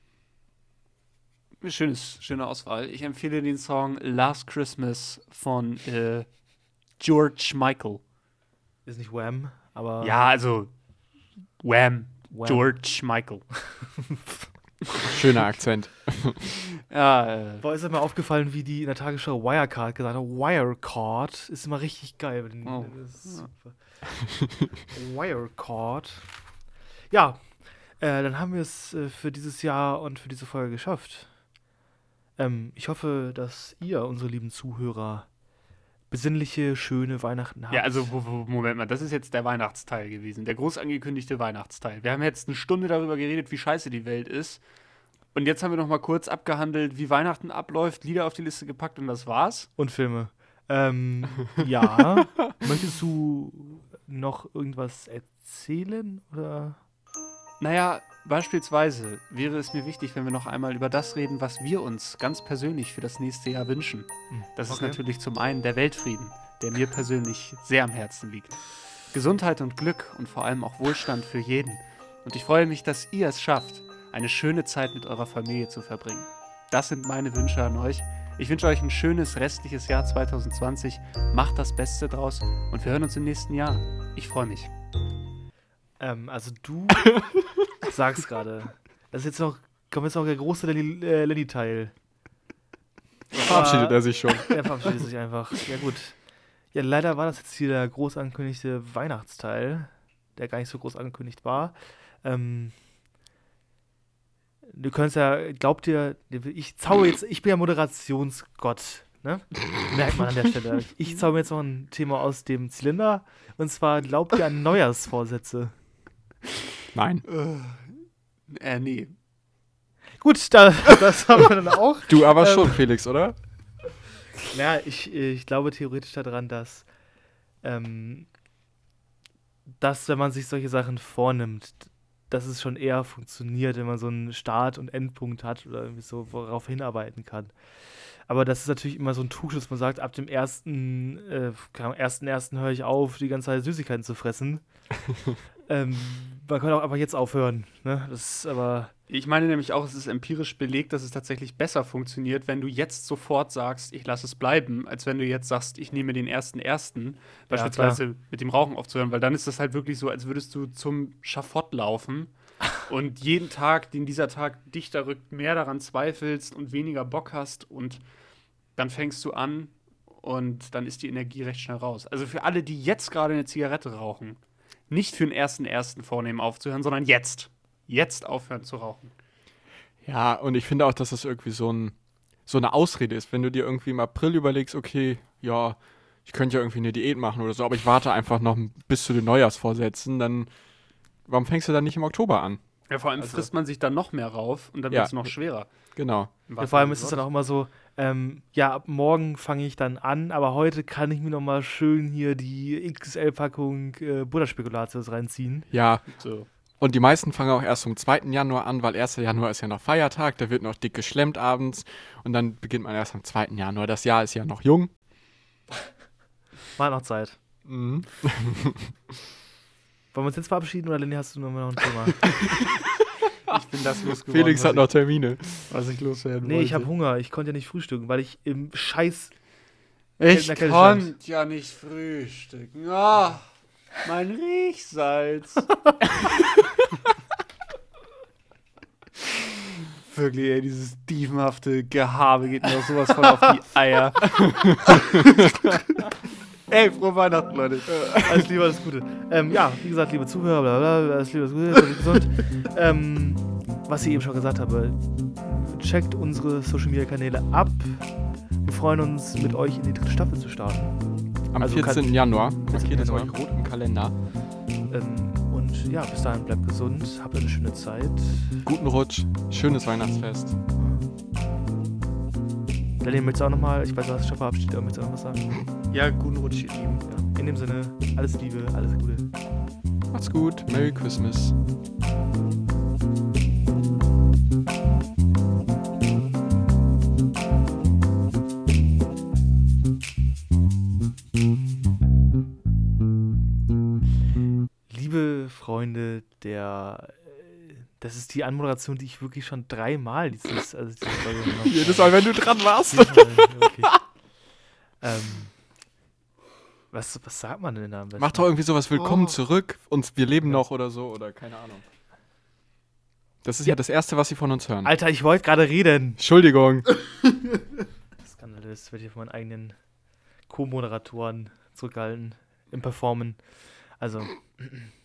Schöne Auswahl. Ich empfehle den Song Last Christmas von George Michael. Ist nicht Wham, aber... Ja, also Wham. George Michael. Schöner Akzent. Ja, Boah, ist mir aufgefallen, wie die in der Tagesschau Wirecard gesagt haben. Wirecard ist immer richtig geil. Das ist super. Wirecard. Ja, dann haben wir es für dieses Jahr und für diese Folge geschafft. Ich hoffe, dass ihr, unsere lieben Zuhörer, besinnliche, schöne Weihnachten habt. Ja, also Moment mal, das ist jetzt der Weihnachtsteil gewesen, der groß angekündigte Weihnachtsteil. Wir haben jetzt eine Stunde darüber geredet, wie scheiße die Welt ist. Und jetzt haben wir noch mal kurz abgehandelt, wie Weihnachten abläuft, Lieder auf die Liste gepackt und das war's. Und Filme. Ja. Möchtest du noch irgendwas erzählen? Oder? Naja, beispielsweise wäre es mir wichtig, wenn wir noch einmal über das reden, was wir uns ganz persönlich für das nächste Jahr wünschen. Das ist natürlich zum einen der Weltfrieden, der mir persönlich sehr am Herzen liegt. Gesundheit und Glück und vor allem auch Wohlstand für jeden. Und ich freue mich, dass ihr es schafft, eine schöne Zeit mit eurer Familie zu verbringen. Das sind meine Wünsche an euch. Ich wünsche euch ein schönes restliches Jahr 2020. Macht das Beste draus und wir hören uns im nächsten Jahr. Ich freue mich. Also du sagst gerade, kommt jetzt noch der große Lenny-Teil. Verabschiedet er sich schon. Er verabschiedet sich einfach. Ja gut. Ja, leider war das jetzt hier der groß angekündigte Weihnachtsteil, der gar nicht so groß angekündigt war. Du könntest ja, glaubt ihr, ich bin ja Moderationsgott, ne? Merkt man an der Stelle. Ich zauber jetzt noch ein Thema aus dem Zylinder, und zwar, glaubt ihr an Neujahrsvorsätze? Nein. Nee. Gut, das haben wir dann auch. Du aber schon, Felix, oder? Ja, ich glaube theoretisch daran, dass wenn man sich solche Sachen vornimmt, dass es schon eher funktioniert, wenn man so einen Start- und Endpunkt hat oder irgendwie so, worauf hinarbeiten kann. Aber das ist natürlich immer so ein Trugschluss, man sagt, ab dem 1.1. höre ich auf, die ganze Zeit Süßigkeiten zu fressen. Man kann auch einfach jetzt aufhören. Ne? Das ist aber... Ich meine nämlich auch, es ist empirisch belegt, dass es tatsächlich besser funktioniert, wenn du jetzt sofort sagst, ich lasse es bleiben, als wenn du jetzt sagst, ich nehme den 1.1. beispielsweise mit dem Rauchen aufzuhören, weil dann ist das halt wirklich so, als würdest du zum Schafott laufen und jeden Tag, den dieser Tag dichter rückt, mehr daran zweifelst und weniger Bock hast und dann fängst du an und dann ist die Energie recht schnell raus. Also für alle, die jetzt gerade eine Zigarette rauchen, nicht für den 1.1. vornehmen aufzuhören, sondern jetzt aufhören zu rauchen. Ja, und ich finde auch, dass das irgendwie so eine Ausrede ist. Wenn du dir irgendwie im April überlegst, okay, ja, ich könnte ja irgendwie eine Diät machen oder so, aber ich warte einfach noch bis zu den Neujahrsvorsätzen, dann warum fängst du dann nicht im Oktober an? Ja, vor allem frisst man sich dann noch mehr rauf und dann wird es noch schwerer. Genau. Ja, vor allem ist es dann auch immer so, Ja, ab morgen fange ich dann an, aber heute kann ich mir noch mal schön hier die XL-Packung Butterspekulatius reinziehen. Ja. So. Und die meisten fangen auch erst am 2. Januar an, weil 1. Januar ist ja noch Feiertag, da wird noch dick geschlemmt abends und dann beginnt man erst am 2. Januar. Das Jahr ist ja noch jung. War noch Zeit. Mhm. Wollen wir uns jetzt verabschieden oder Lenny, hast du noch ein Thema? Ich bin das losgeworden. Felix hat noch Termine. Was ich loswerden Nee, wollte. ich habe Hunger. Ich konnte ja nicht frühstücken, weil ich im Scheiß... Ich in der Kälte konnte ja nicht frühstücken. Ah, mein Riechsalz. Wirklich, ey, dieses dievenhafte Gehabe geht mir auch sowas voll auf die Eier. Ey, frohe Weihnachten, Leute. Alles Liebe, alles Gute. Ja, wie gesagt, liebe Zuhörer, bla bla, alles Liebe, alles Gute, gesund. Was ich eben schon gesagt habe, checkt unsere Social-Media-Kanäle ab. Wir freuen uns, mit euch in die 3. Staffel zu starten. Am 14. Januar. Markiert es Januar. euch rot im Kalender. Und ja, bis dahin bleibt gesund, habt eine schöne Zeit. Guten Rutsch, schönes Weihnachtsfest. Lenny, möchtest du auch nochmal, ich weiß, du hast dich schon verabschiedet, aber möchtest du auch noch was sagen? Ja, guten Rutsch, ihr Lieben. Ja, in dem Sinne, alles Liebe, alles Gute. Macht's gut, Merry Christmas. Liebe Freunde das ist die Anmoderation, die ich wirklich schon 3-mal diese Folge gemacht habe. Jedes Mal, wenn du dran warst. Wirklich. Was sagt man denn da am besten? Mach doch irgendwie sowas, willkommen zurück, wir leben noch oder so, oder keine Ahnung. Das ist ja das Erste, was sie von uns hören. Alter, ich wollte gerade reden. Entschuldigung. Skandalös, werde ich von meinen eigenen Co-Moderatoren zurückgehalten im Performen. Also,